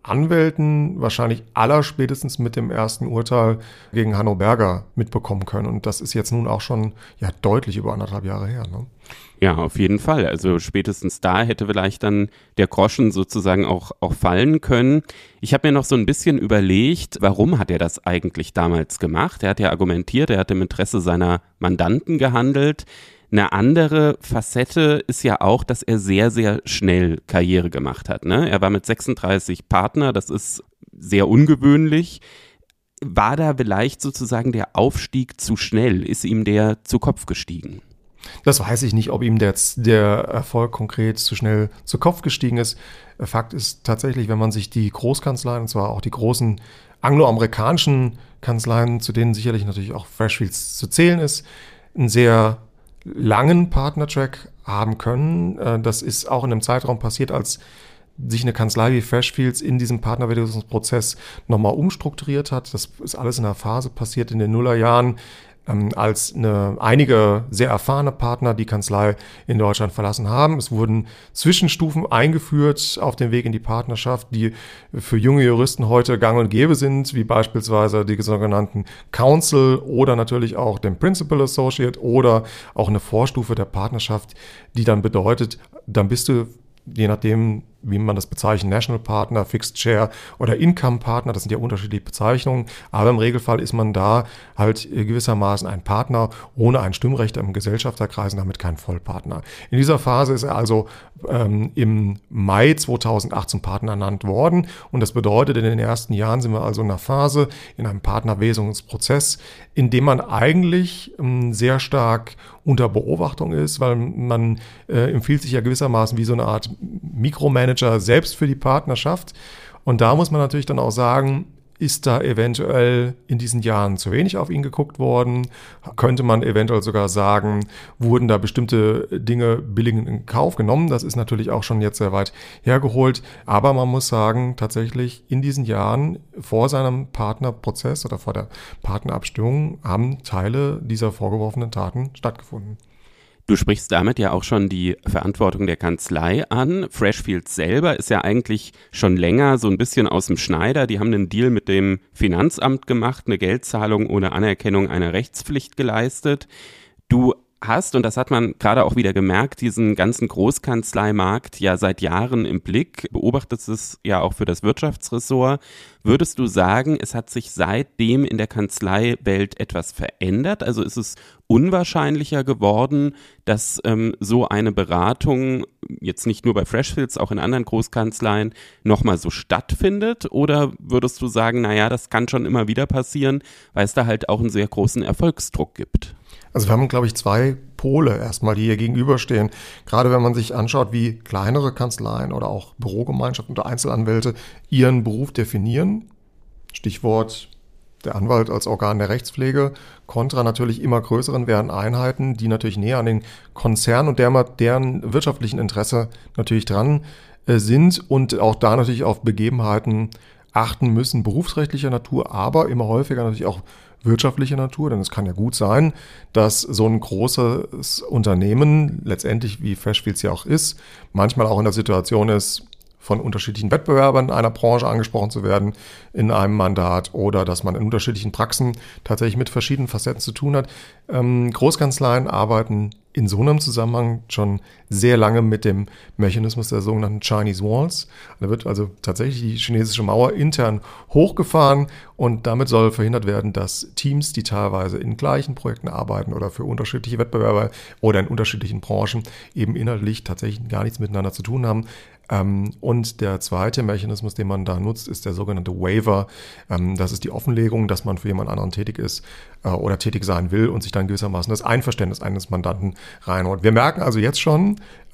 Anwälten wahrscheinlich allerspätestens mit dem ersten Urteil gegen Hanno Berger mitbekommen können. Und das ist jetzt nun auch schon deutlich über 1,5 Jahre her. Ne? Ja, auf jeden Fall. Also spätestens da hätte vielleicht dann der Groschen sozusagen auch fallen können. Ich habe mir noch so ein bisschen überlegt, warum hat er das eigentlich damals gemacht? Er hat ja argumentiert, er hat im Interesse seiner Mandanten gehandelt. Eine andere Facette ist ja auch, dass er sehr, sehr schnell Karriere gemacht hat. Ne? Er war mit 36 Partner, das ist sehr ungewöhnlich. War da vielleicht sozusagen der Aufstieg zu schnell? Ist ihm der zu Kopf gestiegen? Das weiß ich nicht, ob ihm der Erfolg konkret zu schnell zu Kopf gestiegen ist. Fakt ist tatsächlich, wenn man sich die Großkanzleien, und zwar auch die großen angloamerikanischen Kanzleien, zu denen sicherlich natürlich auch Freshfields zu zählen ist, einen sehr langen Partnertrack haben können. Das ist auch in einem Zeitraum passiert, als sich eine Kanzlei wie Freshfields in diesem Partnerwerdungsprozess nochmal umstrukturiert hat. Das ist alles in einer Phase passiert in den Nullerjahren, als einige sehr erfahrene Partner die Kanzlei in Deutschland verlassen haben. Es wurden Zwischenstufen eingeführt auf dem Weg in die Partnerschaft, die für junge Juristen heute gang und gäbe sind, wie beispielsweise die sogenannten Counsel oder natürlich auch den Principal Associate oder auch eine Vorstufe der Partnerschaft, die dann bedeutet, dann bist du, je nachdem, wie man das bezeichnet, National Partner, Fixed Share oder Income Partner, das sind ja unterschiedliche Bezeichnungen, aber im Regelfall ist man da halt gewissermaßen ein Partner ohne ein Stimmrecht im Gesellschafterkreis und damit kein Vollpartner. In dieser Phase ist er also im Mai 2018 Partner ernannt worden, und das bedeutet, in den ersten Jahren sind wir also in einer Phase, in einem Partnerwesungsprozess, in dem man eigentlich sehr stark unter Beobachtung ist, weil man empfiehlt sich ja gewissermaßen wie so eine Art Mikromanager selbst für die Partnerschaft. Und da muss man natürlich dann auch sagen, ist da eventuell in diesen Jahren zu wenig auf ihn geguckt worden? Könnte man eventuell sogar sagen, wurden da bestimmte Dinge billigend in Kauf genommen? Das ist natürlich auch schon jetzt sehr weit hergeholt. Aber man muss sagen, tatsächlich in diesen Jahren vor seinem Partnerprozess oder vor der Partnerabstimmung haben Teile dieser vorgeworfenen Taten stattgefunden. Du sprichst damit ja auch schon die Verantwortung der Kanzlei an. Freshfields selber ist ja eigentlich schon länger so ein bisschen aus dem Schneider. Die haben einen Deal mit dem Finanzamt gemacht, eine Geldzahlung ohne Anerkennung einer Rechtspflicht geleistet. Du hast, und das hat man gerade auch wieder gemerkt, diesen ganzen Großkanzleimarkt ja seit Jahren im Blick, beobachtest es ja auch für das Wirtschaftsressort. Würdest du sagen, es hat sich seitdem in der Kanzleiwelt etwas verändert? Also ist es unwahrscheinlicher geworden, dass so eine Beratung jetzt nicht nur bei Freshfields, auch in anderen Großkanzleien nochmal so stattfindet? Oder würdest du sagen, naja, das kann schon immer wieder passieren, weil es da halt auch einen sehr großen Erfolgsdruck gibt? Also wir haben, glaube ich, 2 Pole erstmal, die hier gegenüberstehen. Gerade wenn man sich anschaut, wie kleinere Kanzleien oder auch Bürogemeinschaften oder Einzelanwälte ihren Beruf definieren. Stichwort der Anwalt als Organ der Rechtspflege, kontra natürlich immer größeren werden Einheiten, die natürlich näher an den Konzern und deren wirtschaftlichen Interesse natürlich dran sind und auch da natürlich auf Begebenheiten achten müssen, berufsrechtlicher Natur, aber immer häufiger natürlich auch wirtschaftlicher Natur, denn es kann ja gut sein, dass so ein großes Unternehmen, letztendlich wie Freshfields ja auch ist, manchmal auch in der Situation ist, von unterschiedlichen Wettbewerbern einer Branche angesprochen zu werden in einem Mandat oder dass man in unterschiedlichen Praxen tatsächlich mit verschiedenen Facetten zu tun hat. Großkanzleien arbeiten in so einem Zusammenhang schon sehr lange mit dem Mechanismus der sogenannten Chinese Walls. Da wird also tatsächlich die chinesische Mauer intern hochgefahren und damit soll verhindert werden, dass Teams, die teilweise in gleichen Projekten arbeiten oder für unterschiedliche Wettbewerber oder in unterschiedlichen Branchen eben inhaltlich tatsächlich gar nichts miteinander zu tun haben. Und der zweite Mechanismus, den man da nutzt, ist der sogenannte Waiver. Das ist die Offenlegung, dass man für jemand anderen tätig ist oder tätig sein will und sich dann gewissermaßen das Einverständnis eines Mandanten reinholt. Wir merken also jetzt schon,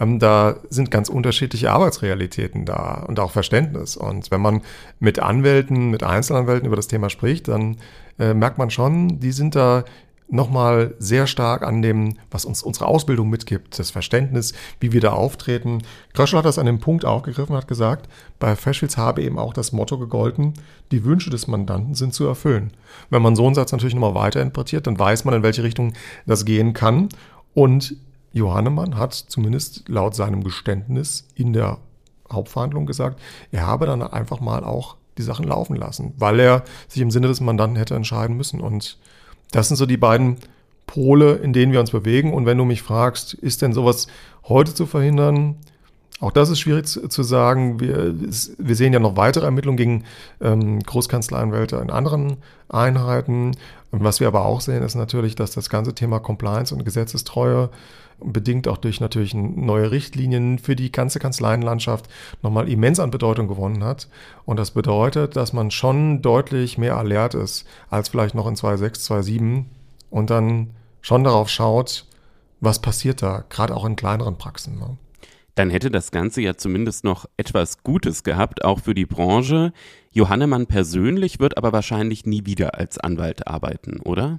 da sind ganz unterschiedliche Arbeitsrealitäten da und auch Verständnis. Und wenn man mit Anwälten, mit Einzelanwälten über das Thema spricht, dann merkt man schon, die sind da nochmal sehr stark an dem, was uns unsere Ausbildung mitgibt, das Verständnis, wie wir da auftreten. Kröschel hat das an dem Punkt aufgegriffen und hat gesagt, bei Freshfields habe eben auch das Motto gegolten, die Wünsche des Mandanten sind zu erfüllen. Wenn man so einen Satz natürlich nochmal weiter interpretiert, dann weiß man, in welche Richtung das gehen kann. Und Johannemann hat zumindest laut seinem Geständnis in der Hauptverhandlung gesagt, er habe dann einfach mal auch die Sachen laufen lassen, weil er sich im Sinne des Mandanten hätte entscheiden müssen. Und das sind so die beiden Pole, in denen wir uns bewegen. Und wenn du mich fragst, ist denn sowas heute zu verhindern? Auch das ist schwierig zu sagen. Wir sehen ja noch weitere Ermittlungen gegen Großkanzleianwälte in anderen Einheiten. Und was wir aber auch sehen, ist natürlich, dass das ganze Thema Compliance und Gesetzestreue bedingt auch durch natürlich neue Richtlinien für die ganze Kanzleienlandschaft nochmal immens an Bedeutung gewonnen hat. Und das bedeutet, dass man schon deutlich mehr alert ist als vielleicht noch in 2006, 2007 und dann schon darauf schaut, was passiert da, gerade auch in kleineren Praxen. Ne? Dann hätte das Ganze ja zumindest noch etwas Gutes gehabt, auch für die Branche. Johannemann persönlich wird aber wahrscheinlich nie wieder als Anwalt arbeiten, oder?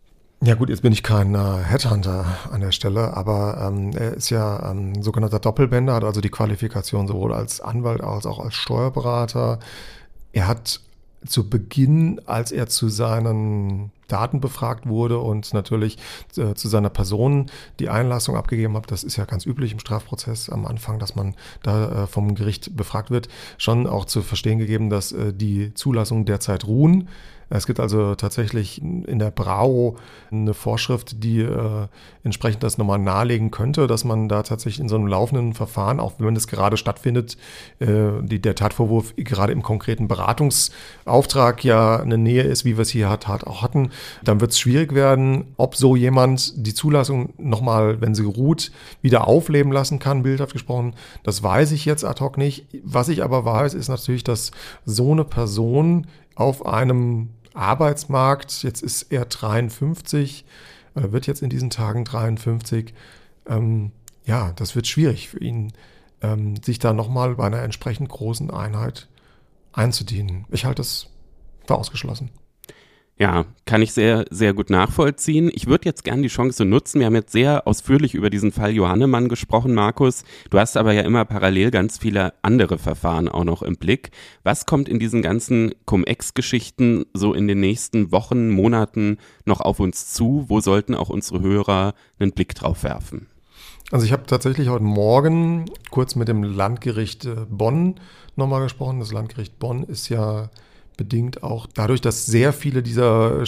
Ja gut, jetzt bin ich kein Headhunter an der Stelle, aber er ist ja sogenannter Doppelbänder, hat also die Qualifikation sowohl als Anwalt als auch als Steuerberater. Er hat zu Beginn, als er zu seinen Daten befragt wurde und natürlich zu seiner Person die Einlassung abgegeben hat, das ist ja ganz üblich im Strafprozess am Anfang, dass man da vom Gericht befragt wird, schon auch zu verstehen gegeben, dass die Zulassungen derzeit ruhen. Es gibt also tatsächlich in der BRAO eine Vorschrift, die entsprechend das nochmal nahelegen könnte, dass man da tatsächlich in so einem laufenden Verfahren, auch wenn es gerade stattfindet, der Tatvorwurf gerade im konkreten Beratungsauftrag ja eine Nähe ist, wie wir es hier auch hatten, dann wird es schwierig werden, ob so jemand die Zulassung nochmal, wenn sie ruht, wieder aufleben lassen kann, bildhaft gesprochen. Das weiß ich jetzt ad hoc nicht. Was ich aber weiß, ist natürlich, dass so eine Person auf einem Arbeitsmarkt, jetzt ist er 53, wird jetzt in diesen Tagen 53, das wird schwierig für ihn, sich da nochmal bei einer entsprechend großen Einheit einzudienen. Ich halte das für ausgeschlossen. Ja, kann ich sehr, sehr gut nachvollziehen. Ich würde jetzt gerne die Chance nutzen. Wir haben jetzt sehr ausführlich über diesen Fall Johannemann gesprochen, Markus. Du hast aber ja immer parallel ganz viele andere Verfahren auch noch im Blick. Was kommt in diesen ganzen Cum-Ex-Geschichten so in den nächsten Wochen, Monaten noch auf uns zu? Wo sollten auch unsere Hörer einen Blick drauf werfen? Also ich habe tatsächlich heute Morgen kurz mit dem Landgericht Bonn nochmal gesprochen. Das Landgericht Bonn ist ja bedingt auch dadurch, dass sehr viele dieser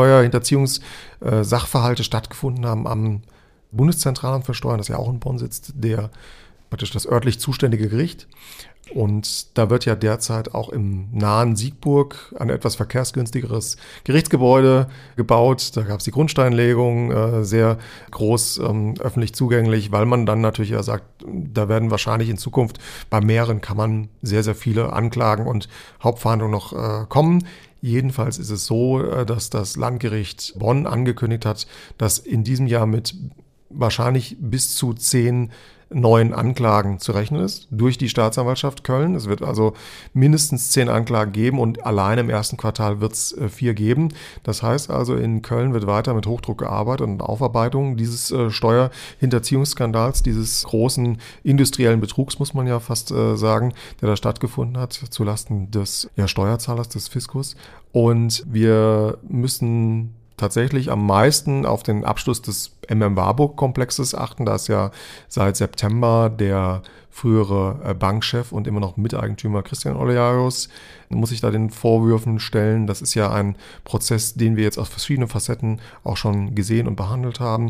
Steuerhinterziehungssachverhalte stattgefunden haben am Bundeszentralamt für Steuern, das ja auch in Bonn sitzt, der praktisch das örtlich zuständige Gericht. Und da wird ja derzeit auch im nahen Siegburg ein etwas verkehrsgünstigeres Gerichtsgebäude gebaut. Da gab es die Grundsteinlegung, sehr groß öffentlich zugänglich, weil man dann natürlich ja sagt, da werden wahrscheinlich in Zukunft bei mehreren Kammern sehr, sehr viele Anklagen und Hauptverhandlungen noch kommen. Jedenfalls ist es so, dass das Landgericht Bonn angekündigt hat, dass in diesem Jahr mit wahrscheinlich bis zu 10 neuen Anklagen zu rechnen ist durch die Staatsanwaltschaft Köln. Es wird also mindestens 10 Anklagen geben und allein im ersten Quartal wird es 4 geben. Das heißt also, in Köln wird weiter mit Hochdruck gearbeitet und Aufarbeitung dieses Steuerhinterziehungsskandals, dieses großen industriellen Betrugs, muss man ja fast sagen, der da stattgefunden hat, zulasten des Steuerzahlers, des Fiskus. Und wir müssen tatsächlich am meisten auf den Abschluss des MM-Warburg-Komplexes achten. Da ist ja seit September der frühere Bankchef und immer noch Miteigentümer Christian Olearius, muss sich da den Vorwürfen stellen. Das ist ja ein Prozess, den wir jetzt aus verschiedenen Facetten auch schon gesehen und behandelt haben.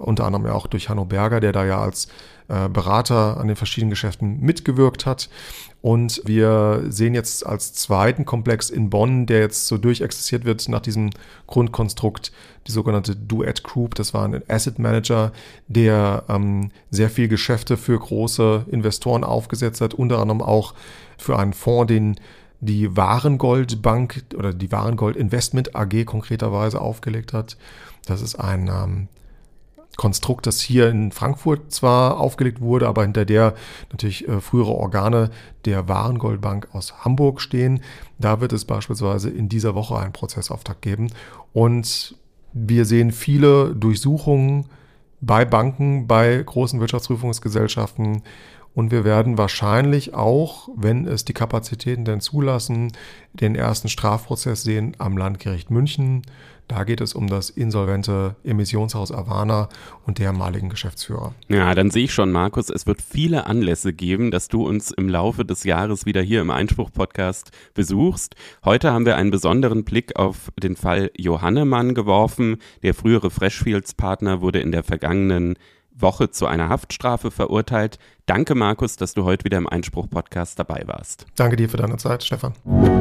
unter anderem ja auch durch Hanno Berger, der da ja als Berater an den verschiedenen Geschäften mitgewirkt hat. Und wir sehen jetzt als zweiten Komplex in Bonn, der jetzt so durchexistiert wird nach diesem Grundkonstrukt, die sogenannte Duet Group. Das war ein Asset Manager, der sehr viel Geschäfte für große Investoren aufgesetzt hat, unter anderem auch für einen Fonds, den die Warengold Bank oder die Warengold Investment AG konkreterweise aufgelegt hat. Das ist ein Konstrukt, das hier in Frankfurt zwar aufgelegt wurde, aber hinter der natürlich frühere Organe der Warengoldbank aus Hamburg stehen. Da wird es beispielsweise in dieser Woche einen Prozessauftakt geben. Und wir sehen viele Durchsuchungen bei Banken, bei großen Wirtschaftsprüfungsgesellschaften. Und wir werden wahrscheinlich auch, wenn es die Kapazitäten denn zulassen, den ersten Strafprozess sehen am Landgericht München. Da geht es um das insolvente Emissionshaus Avana und der ehemaligen Geschäftsführer. Ja, dann sehe ich schon, Markus, es wird viele Anlässe geben, dass du uns im Laufe des Jahres wieder hier im Einspruch-Podcast besuchst. Heute haben wir einen besonderen Blick auf den Fall Johannemann geworfen. Der frühere Freshfields-Partner wurde in der vergangenen Woche zu einer Haftstrafe verurteilt. Danke, Markus, dass du heute wieder im Einspruch-Podcast dabei warst. Danke dir für deine Zeit, Stefan.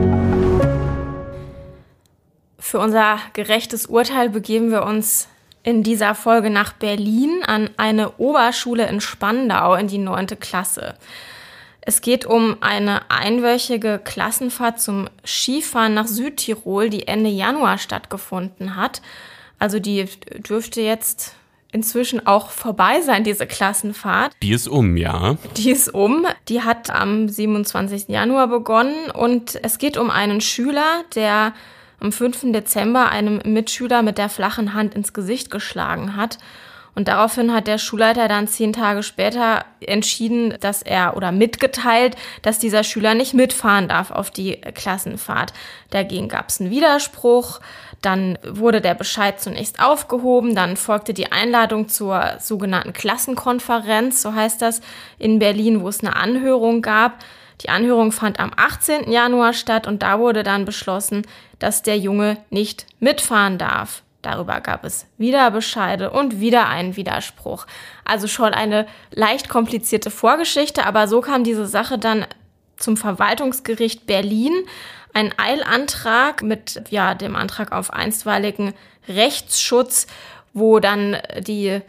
Für unser gerechtes Urteil begeben wir uns in dieser Folge nach Berlin an eine Oberschule in Spandau in die 9. Klasse. Es geht um eine einwöchige Klassenfahrt zum Skifahren nach Südtirol, die Ende Januar stattgefunden hat. Also die dürfte jetzt inzwischen auch vorbei sein, diese Klassenfahrt. Die ist ja. Die ist Die hat am 27. Januar begonnen und es geht um einen Schüler, der am 5. Dezember einem Mitschüler mit der flachen Hand ins Gesicht geschlagen hat. Und daraufhin hat der Schulleiter dann 10 Tage später entschieden, mitgeteilt, dass dieser Schüler nicht mitfahren darf auf die Klassenfahrt. Dagegen gab es einen Widerspruch. Dann wurde der Bescheid zunächst aufgehoben. Dann folgte die Einladung zur sogenannten Klassenkonferenz, so heißt das, in Berlin, wo es eine Anhörung gab. Die Anhörung fand am 18. Januar statt und da wurde dann beschlossen, dass der Junge nicht mitfahren darf. Darüber gab es wieder Bescheide und wieder einen Widerspruch. Also schon eine leicht komplizierte Vorgeschichte, aber so kam diese Sache dann zum Verwaltungsgericht Berlin. Ein Eilantrag mit dem Antrag auf einstweiligen Rechtsschutz, wo dann die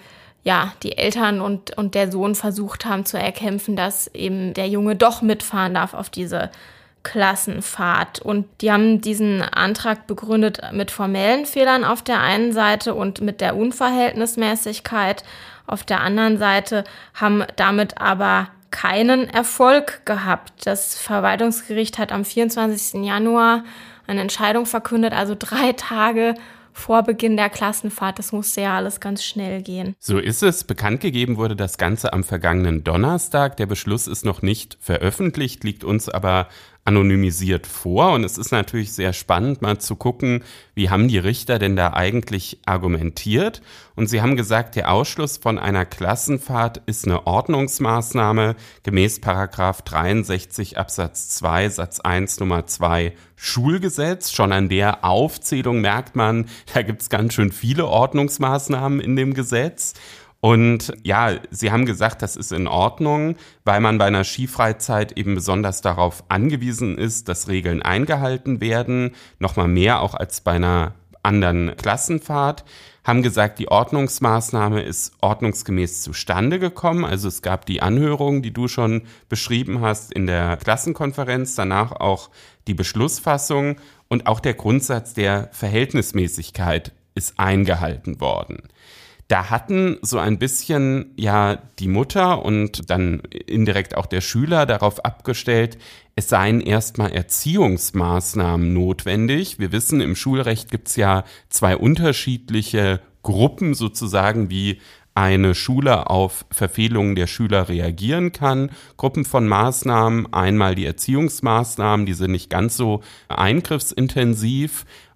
Eltern und der Sohn versucht haben zu erkämpfen, dass eben der Junge doch mitfahren darf auf diese Klassenfahrt. Und die haben diesen Antrag begründet mit formellen Fehlern auf der einen Seite und mit der Unverhältnismäßigkeit auf der anderen Seite, haben damit aber keinen Erfolg gehabt. Das Verwaltungsgericht hat am 24. Januar eine Entscheidung verkündet, also 3 Tage vor Beginn der Klassenfahrt. Das musste ja alles ganz schnell gehen. So ist es. Bekannt gegeben wurde das Ganze am vergangenen Donnerstag. Der Beschluss ist noch nicht veröffentlicht, liegt uns aber anonymisiert vor. Und es ist natürlich sehr spannend, mal zu gucken, wie haben die Richter denn da eigentlich argumentiert. Und sie haben gesagt, der Ausschluss von einer Klassenfahrt ist eine Ordnungsmaßnahme gemäß Paragraph 63 Absatz 2 Satz 1 Nummer 2 Schulgesetz. Schon an der Aufzählung merkt man, da gibt es ganz schön viele Ordnungsmaßnahmen in dem Gesetz. Und ja, sie haben gesagt, das ist in Ordnung, weil man bei einer Skifreizeit eben besonders darauf angewiesen ist, dass Regeln eingehalten werden, nochmal mehr auch als bei einer anderen Klassenfahrt. Haben gesagt, die Ordnungsmaßnahme ist ordnungsgemäß zustande gekommen. Also es gab die Anhörung, die du schon beschrieben hast, in der Klassenkonferenz, danach auch die Beschlussfassung und auch der Grundsatz der Verhältnismäßigkeit ist eingehalten worden. Da hatten so ein bisschen die Mutter und dann indirekt auch der Schüler darauf abgestellt, es seien erstmal Erziehungsmaßnahmen notwendig. Wir wissen, im Schulrecht gibt es ja 2 unterschiedliche Gruppen sozusagen, wie eine Schule auf Verfehlungen der Schüler reagieren kann. Gruppen von Maßnahmen, einmal die Erziehungsmaßnahmen, die sind nicht ganz so eingriffsintensiv.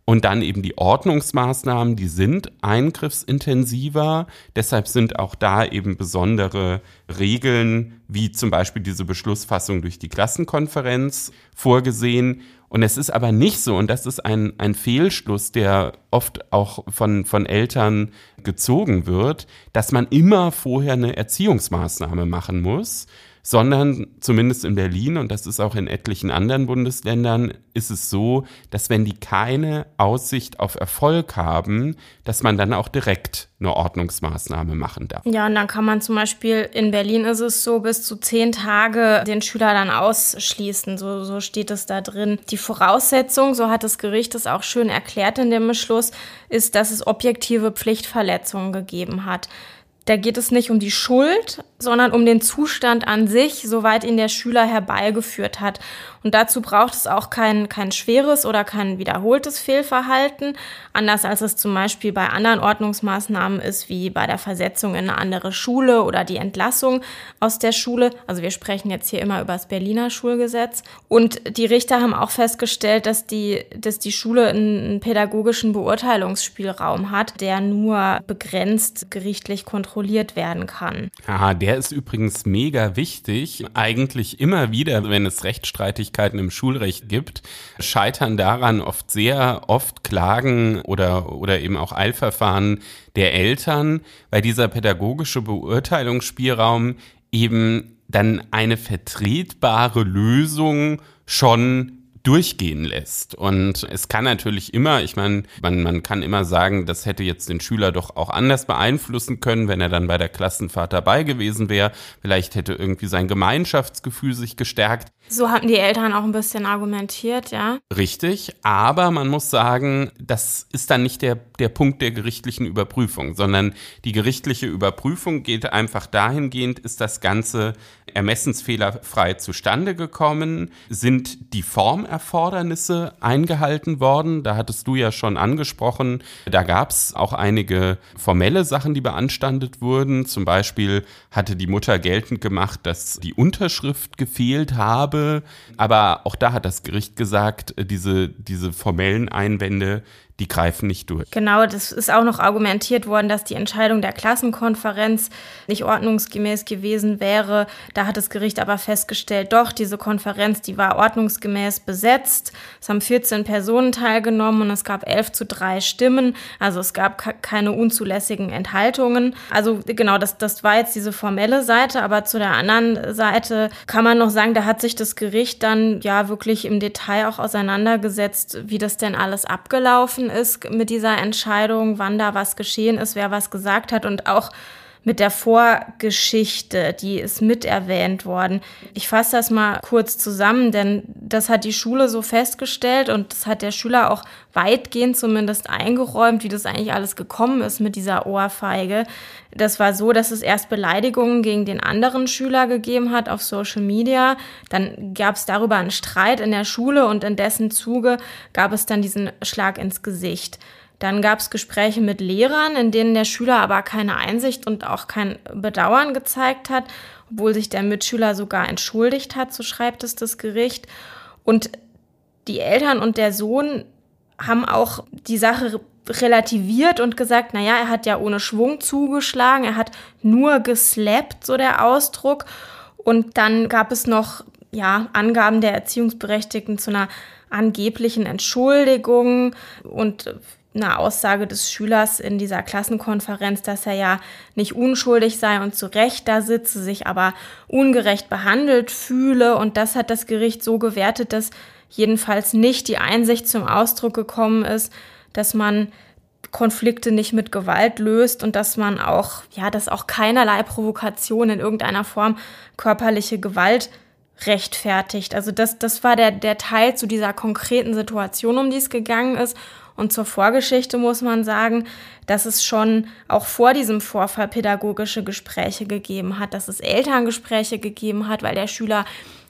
Und dann eben die Ordnungsmaßnahmen, die sind eingriffsintensiver. Deshalb sind auch da eben besondere Regeln, wie zum Beispiel diese Beschlussfassung durch die Klassenkonferenz vorgesehen. Und es ist aber nicht so, und das ist ein Fehlschluss, der oft auch von Eltern gezogen wird, dass man immer vorher eine Erziehungsmaßnahme machen muss, sondern zumindest in Berlin, und das ist auch in etlichen anderen Bundesländern, ist es so, dass wenn die keine Aussicht auf Erfolg haben, dass man dann auch direkt eine Ordnungsmaßnahme machen darf. Ja, und dann kann man zum Beispiel, in Berlin ist es so, bis zu 10 Tage den Schüler dann ausschließen, so steht es da drin. Die Voraussetzung, so hat das Gericht es auch schön erklärt in dem Beschluss, ist, dass es objektive Pflichtverletzungen gegeben hat. Da geht es nicht um die Schuld, sondern um den Zustand an sich, soweit ihn der Schüler herbeigeführt hat. Und dazu braucht es auch kein schweres oder kein wiederholtes Fehlverhalten, anders als es zum Beispiel bei anderen Ordnungsmaßnahmen ist, wie bei der Versetzung in eine andere Schule oder die Entlassung aus der Schule. Also wir sprechen jetzt hier immer über das Berliner Schulgesetz. Und die Richter haben auch festgestellt, dass die Schule einen pädagogischen Beurteilungsspielraum hat, der nur begrenzt gerichtlich kontrolliert werden kann. Ja, der ist übrigens mega wichtig. Eigentlich immer wieder, wenn es Rechtsstreitigkeiten im Schulrecht gibt, scheitern daran sehr oft Klagen oder eben auch Eilverfahren der Eltern, weil dieser pädagogische Beurteilungsspielraum eben dann eine vertretbare Lösung schon durchgehen lässt. Und es kann natürlich immer, ich meine, man kann immer sagen, das hätte jetzt den Schüler doch auch anders beeinflussen können, wenn er dann bei der Klassenfahrt dabei gewesen wäre. Vielleicht hätte irgendwie sein Gemeinschaftsgefühl sich gestärkt. So hatten die Eltern auch ein bisschen argumentiert, ja. Richtig, aber man muss sagen, das ist dann nicht der Punkt der gerichtlichen Überprüfung, sondern die gerichtliche Überprüfung geht einfach dahingehend, ist das Ganze ermessensfehlerfrei zustande gekommen, sind die Formerfordernisse eingehalten worden, da hattest du ja schon angesprochen, da gab es auch einige formelle Sachen, die beanstandet wurden, zum Beispiel hatte die Mutter geltend gemacht, dass die Unterschrift gefehlt habe, aber auch da hat das Gericht gesagt, diese formellen Einwände, die greifen nicht durch. Genau, das ist auch noch argumentiert worden, dass die Entscheidung der Klassenkonferenz nicht ordnungsgemäß gewesen wäre. Da hat das Gericht aber festgestellt, doch, diese Konferenz, die war ordnungsgemäß besetzt. Es haben 14 Personen teilgenommen und es gab 11:3 Stimmen. Also es gab keine unzulässigen Enthaltungen. Also genau, das war jetzt diese formelle Seite, aber zu der anderen Seite kann man noch sagen, da hat sich das Gericht dann ja wirklich im Detail auch auseinandergesetzt, wie das denn alles abgelaufen ist mit dieser Entscheidung, wann da was geschehen ist, wer was gesagt hat und auch mit der Vorgeschichte, die ist mit erwähnt worden. Ich fasse das mal kurz zusammen, denn das hat die Schule so festgestellt und das hat der Schüler auch weitgehend zumindest eingeräumt, wie das eigentlich alles gekommen ist mit dieser Ohrfeige. Das war so, dass es erst Beleidigungen gegen den anderen Schüler gegeben hat auf Social Media. Dann gab es darüber einen Streit in der Schule und in dessen Zuge gab es dann diesen Schlag ins Gesicht. Dann gab es Gespräche mit Lehrern, in denen der Schüler aber keine Einsicht und auch kein Bedauern gezeigt hat, obwohl sich der Mitschüler sogar entschuldigt hat, so schreibt es das Gericht. Und die Eltern und der Sohn haben auch die Sache relativiert und gesagt, naja, er hat ja ohne Schwung zugeschlagen, er hat nur geslappt, so der Ausdruck. Und dann gab es noch Angaben der Erziehungsberechtigten zu einer angeblichen Entschuldigung und eine Aussage des Schülers in dieser Klassenkonferenz, dass er ja nicht unschuldig sei und zu Recht da sitze, sich aber ungerecht behandelt fühle. Und das hat das Gericht so gewertet, dass jedenfalls nicht die Einsicht zum Ausdruck gekommen ist, dass man Konflikte nicht mit Gewalt löst und dass man auch, dass auch keinerlei Provokation in irgendeiner Form körperliche Gewalt rechtfertigt. Also das war der Teil zu dieser konkreten Situation, um die es gegangen ist. Und zur Vorgeschichte muss man sagen, dass es schon auch vor diesem Vorfall pädagogische Gespräche gegeben hat, dass es Elterngespräche gegeben hat, weil der Schüler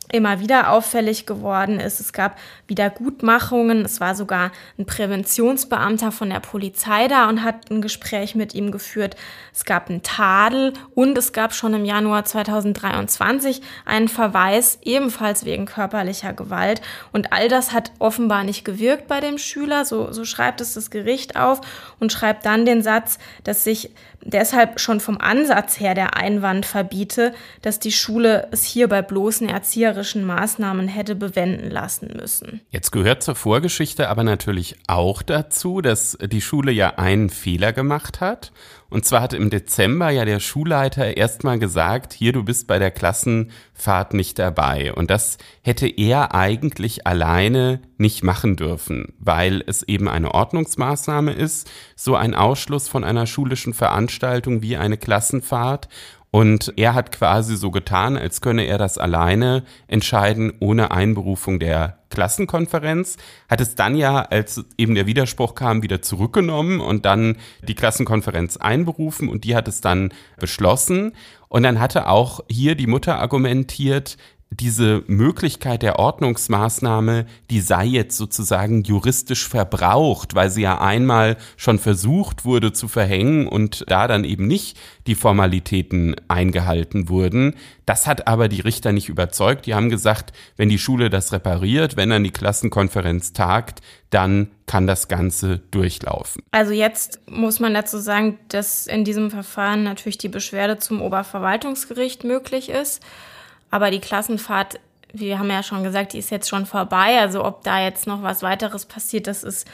immer wieder auffällig geworden ist. Es gab Wiedergutmachungen. Es war sogar ein Präventionsbeamter von der Polizei da und hat ein Gespräch mit ihm geführt. Es gab einen Tadel und es gab schon im Januar 2023 einen Verweis, ebenfalls wegen körperlicher Gewalt. Und all das hat offenbar nicht gewirkt bei dem Schüler. So schreibt es das Gericht auf und schreibt dann den Satz, dass sich deshalb schon vom Ansatz her der Einwand verbiete, dass die Schule es hier bei bloßen erzieherischen Maßnahmen hätte bewenden lassen müssen. Jetzt gehört zur Vorgeschichte aber natürlich auch dazu, dass die Schule ja einen Fehler gemacht hat. Und zwar hat im Dezember ja der Schulleiter erstmal gesagt, hier, du bist bei der Klassenfahrt nicht dabei. Und das hätte er eigentlich alleine nicht machen dürfen, weil es eben eine Ordnungsmaßnahme ist, so ein Ausschluss von einer schulischen Veranstaltung wie eine Klassenfahrt. Und er hat quasi so getan, als könne er das alleine entscheiden, ohne Einberufung der Klassenkonferenz, hat es dann ja, als eben der Widerspruch kam, wieder zurückgenommen und dann die Klassenkonferenz einberufen und die hat es dann beschlossen. Und dann hatte auch hier die Mutter argumentiert, diese Möglichkeit der Ordnungsmaßnahme, die sei jetzt sozusagen juristisch verbraucht, weil sie ja einmal schon versucht wurde zu verhängen und da dann eben nicht die Formalitäten eingehalten wurden. Das hat aber die Richter nicht überzeugt. Die haben gesagt, wenn die Schule das repariert, wenn dann die Klassenkonferenz tagt, dann kann das Ganze durchlaufen. Also jetzt muss man dazu sagen, dass in diesem Verfahren natürlich die Beschwerde zum Oberverwaltungsgericht möglich ist. Aber die Klassenfahrt, wir haben ja schon gesagt, die ist jetzt schon vorbei. Also ob da jetzt noch was weiteres passiert, das ist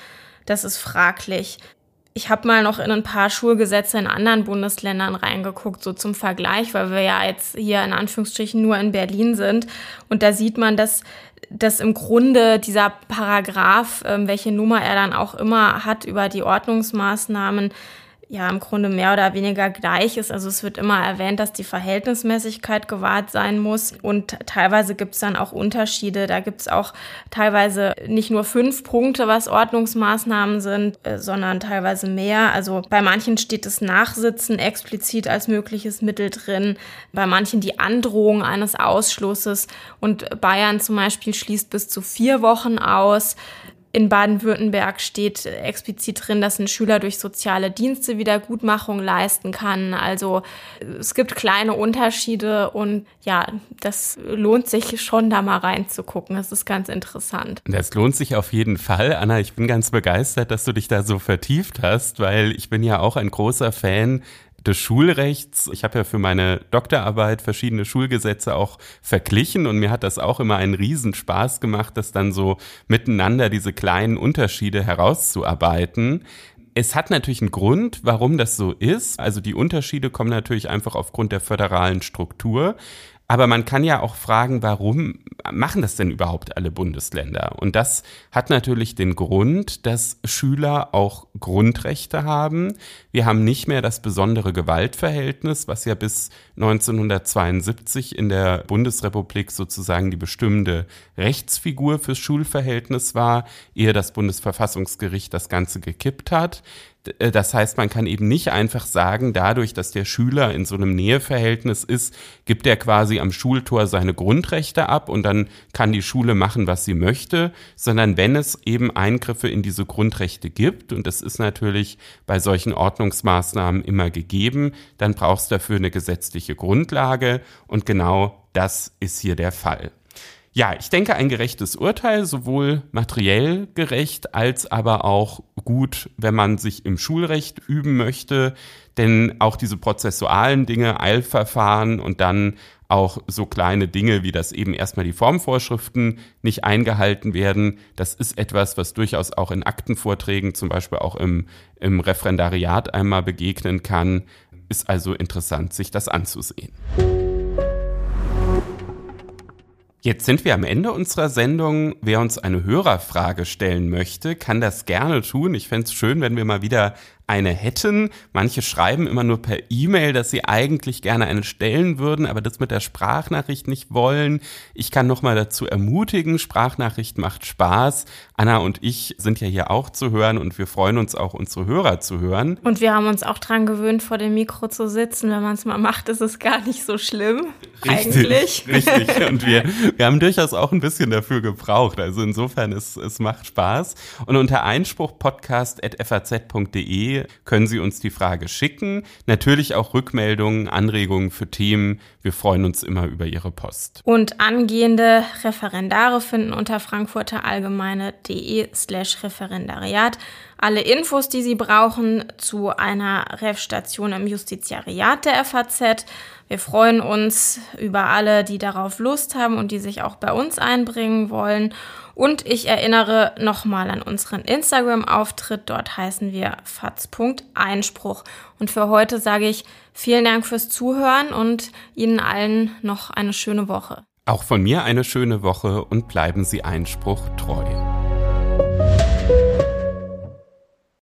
fraglich. Ich habe mal noch in ein paar Schulgesetze in anderen Bundesländern reingeguckt, so zum Vergleich, weil wir ja jetzt hier in Anführungsstrichen nur in Berlin sind. Und da sieht man, dass im Grunde dieser Paragraph, welche Nummer er dann auch immer hat, über die Ordnungsmaßnahmen, ja im Grunde mehr oder weniger gleich ist. Also es wird immer erwähnt, dass die Verhältnismäßigkeit gewahrt sein muss und teilweise gibt es dann auch Unterschiede. Da gibt es auch teilweise nicht nur 5 Punkte, was Ordnungsmaßnahmen sind, sondern teilweise mehr. Also bei manchen steht das Nachsitzen explizit als mögliches Mittel drin, bei manchen die Androhung eines Ausschlusses und Bayern zum Beispiel schließt bis zu 4 Wochen aus. In Baden-Württemberg steht explizit drin, dass ein Schüler durch soziale Dienste Wiedergutmachung leisten kann. Also es gibt kleine Unterschiede und ja, das lohnt sich schon, da mal reinzugucken. Das ist ganz interessant. Das lohnt sich auf jeden Fall. Anna, ich bin ganz begeistert, dass du dich da so vertieft hast, weil ich bin ja auch ein großer Fan des Schulrechts. Ich habe ja für meine Doktorarbeit verschiedene Schulgesetze auch verglichen und mir hat das auch immer einen Riesenspaß gemacht, das dann so miteinander diese kleinen Unterschiede herauszuarbeiten. Es hat natürlich einen Grund, warum das so ist. Also die Unterschiede kommen natürlich einfach aufgrund der föderalen Struktur. Aber man kann ja auch fragen, warum machen das denn überhaupt alle Bundesländer? Und das hat natürlich den Grund, dass Schüler auch Grundrechte haben. Wir haben nicht mehr das besondere Gewaltverhältnis, was ja bis 1972 in der Bundesrepublik sozusagen die bestimmende Rechtsfigur fürs Schulverhältnis war, ehe das Bundesverfassungsgericht das Ganze gekippt hat. Das heißt, man kann eben nicht einfach sagen, dadurch, dass der Schüler in so einem Näheverhältnis ist, gibt er quasi am Schultor seine Grundrechte ab und dann kann die Schule machen, was sie möchte, sondern wenn es eben Eingriffe in diese Grundrechte gibt, und das ist natürlich bei solchen Ordnungsmaßnahmen immer gegeben, dann brauchst du dafür eine gesetzliche Grundlage und genau das ist hier der Fall. Ja, ich denke, ein gerechtes Urteil, sowohl materiell gerecht als aber auch gut, wenn man sich im Schulrecht üben möchte, denn auch diese prozessualen Dinge, Eilverfahren und dann auch so kleine Dinge, wie das eben erstmal die Formvorschriften nicht eingehalten werden, das ist etwas, was durchaus auch in Aktenvorträgen, zum Beispiel auch im Referendariat einmal begegnen kann. Ist also interessant, sich das anzusehen. Jetzt sind wir am Ende unserer Sendung. Wer uns eine Hörerfrage stellen möchte, kann das gerne tun. Ich fände es schön, wenn wir mal wieder eine hätten. Manche schreiben immer nur per E-Mail, dass sie eigentlich gerne eine stellen würden, aber das mit der Sprachnachricht nicht wollen. Ich kann nochmal dazu ermutigen, Sprachnachricht macht Spaß. Anna und ich sind ja hier auch zu hören und wir freuen uns auch, unsere Hörer zu hören. Und wir haben uns auch dran gewöhnt, vor dem Mikro zu sitzen. Wenn man es mal macht, ist es gar nicht so schlimm. Eigentlich. Richtig. Und wir haben durchaus auch ein bisschen dafür gebraucht. Also insofern, es macht Spaß. Und unter einspruchpodcast@faz.de können Sie uns die Frage schicken. Natürlich auch Rückmeldungen, Anregungen für Themen. Wir freuen uns immer über Ihre Post. Und angehende Referendare finden unter frankfurterallgemeine.de/Referendariat alle Infos, die Sie brauchen zu einer Ref-Station im Justiziariat der FAZ. Wir freuen uns über alle, die darauf Lust haben und die sich auch bei uns einbringen wollen. Und ich erinnere nochmal an unseren Instagram-Auftritt. Dort heißen wir faz.einspruch. Und für heute sage ich vielen Dank fürs Zuhören und Ihnen allen noch eine schöne Woche. Auch von mir eine schöne Woche und bleiben Sie Einspruch treu.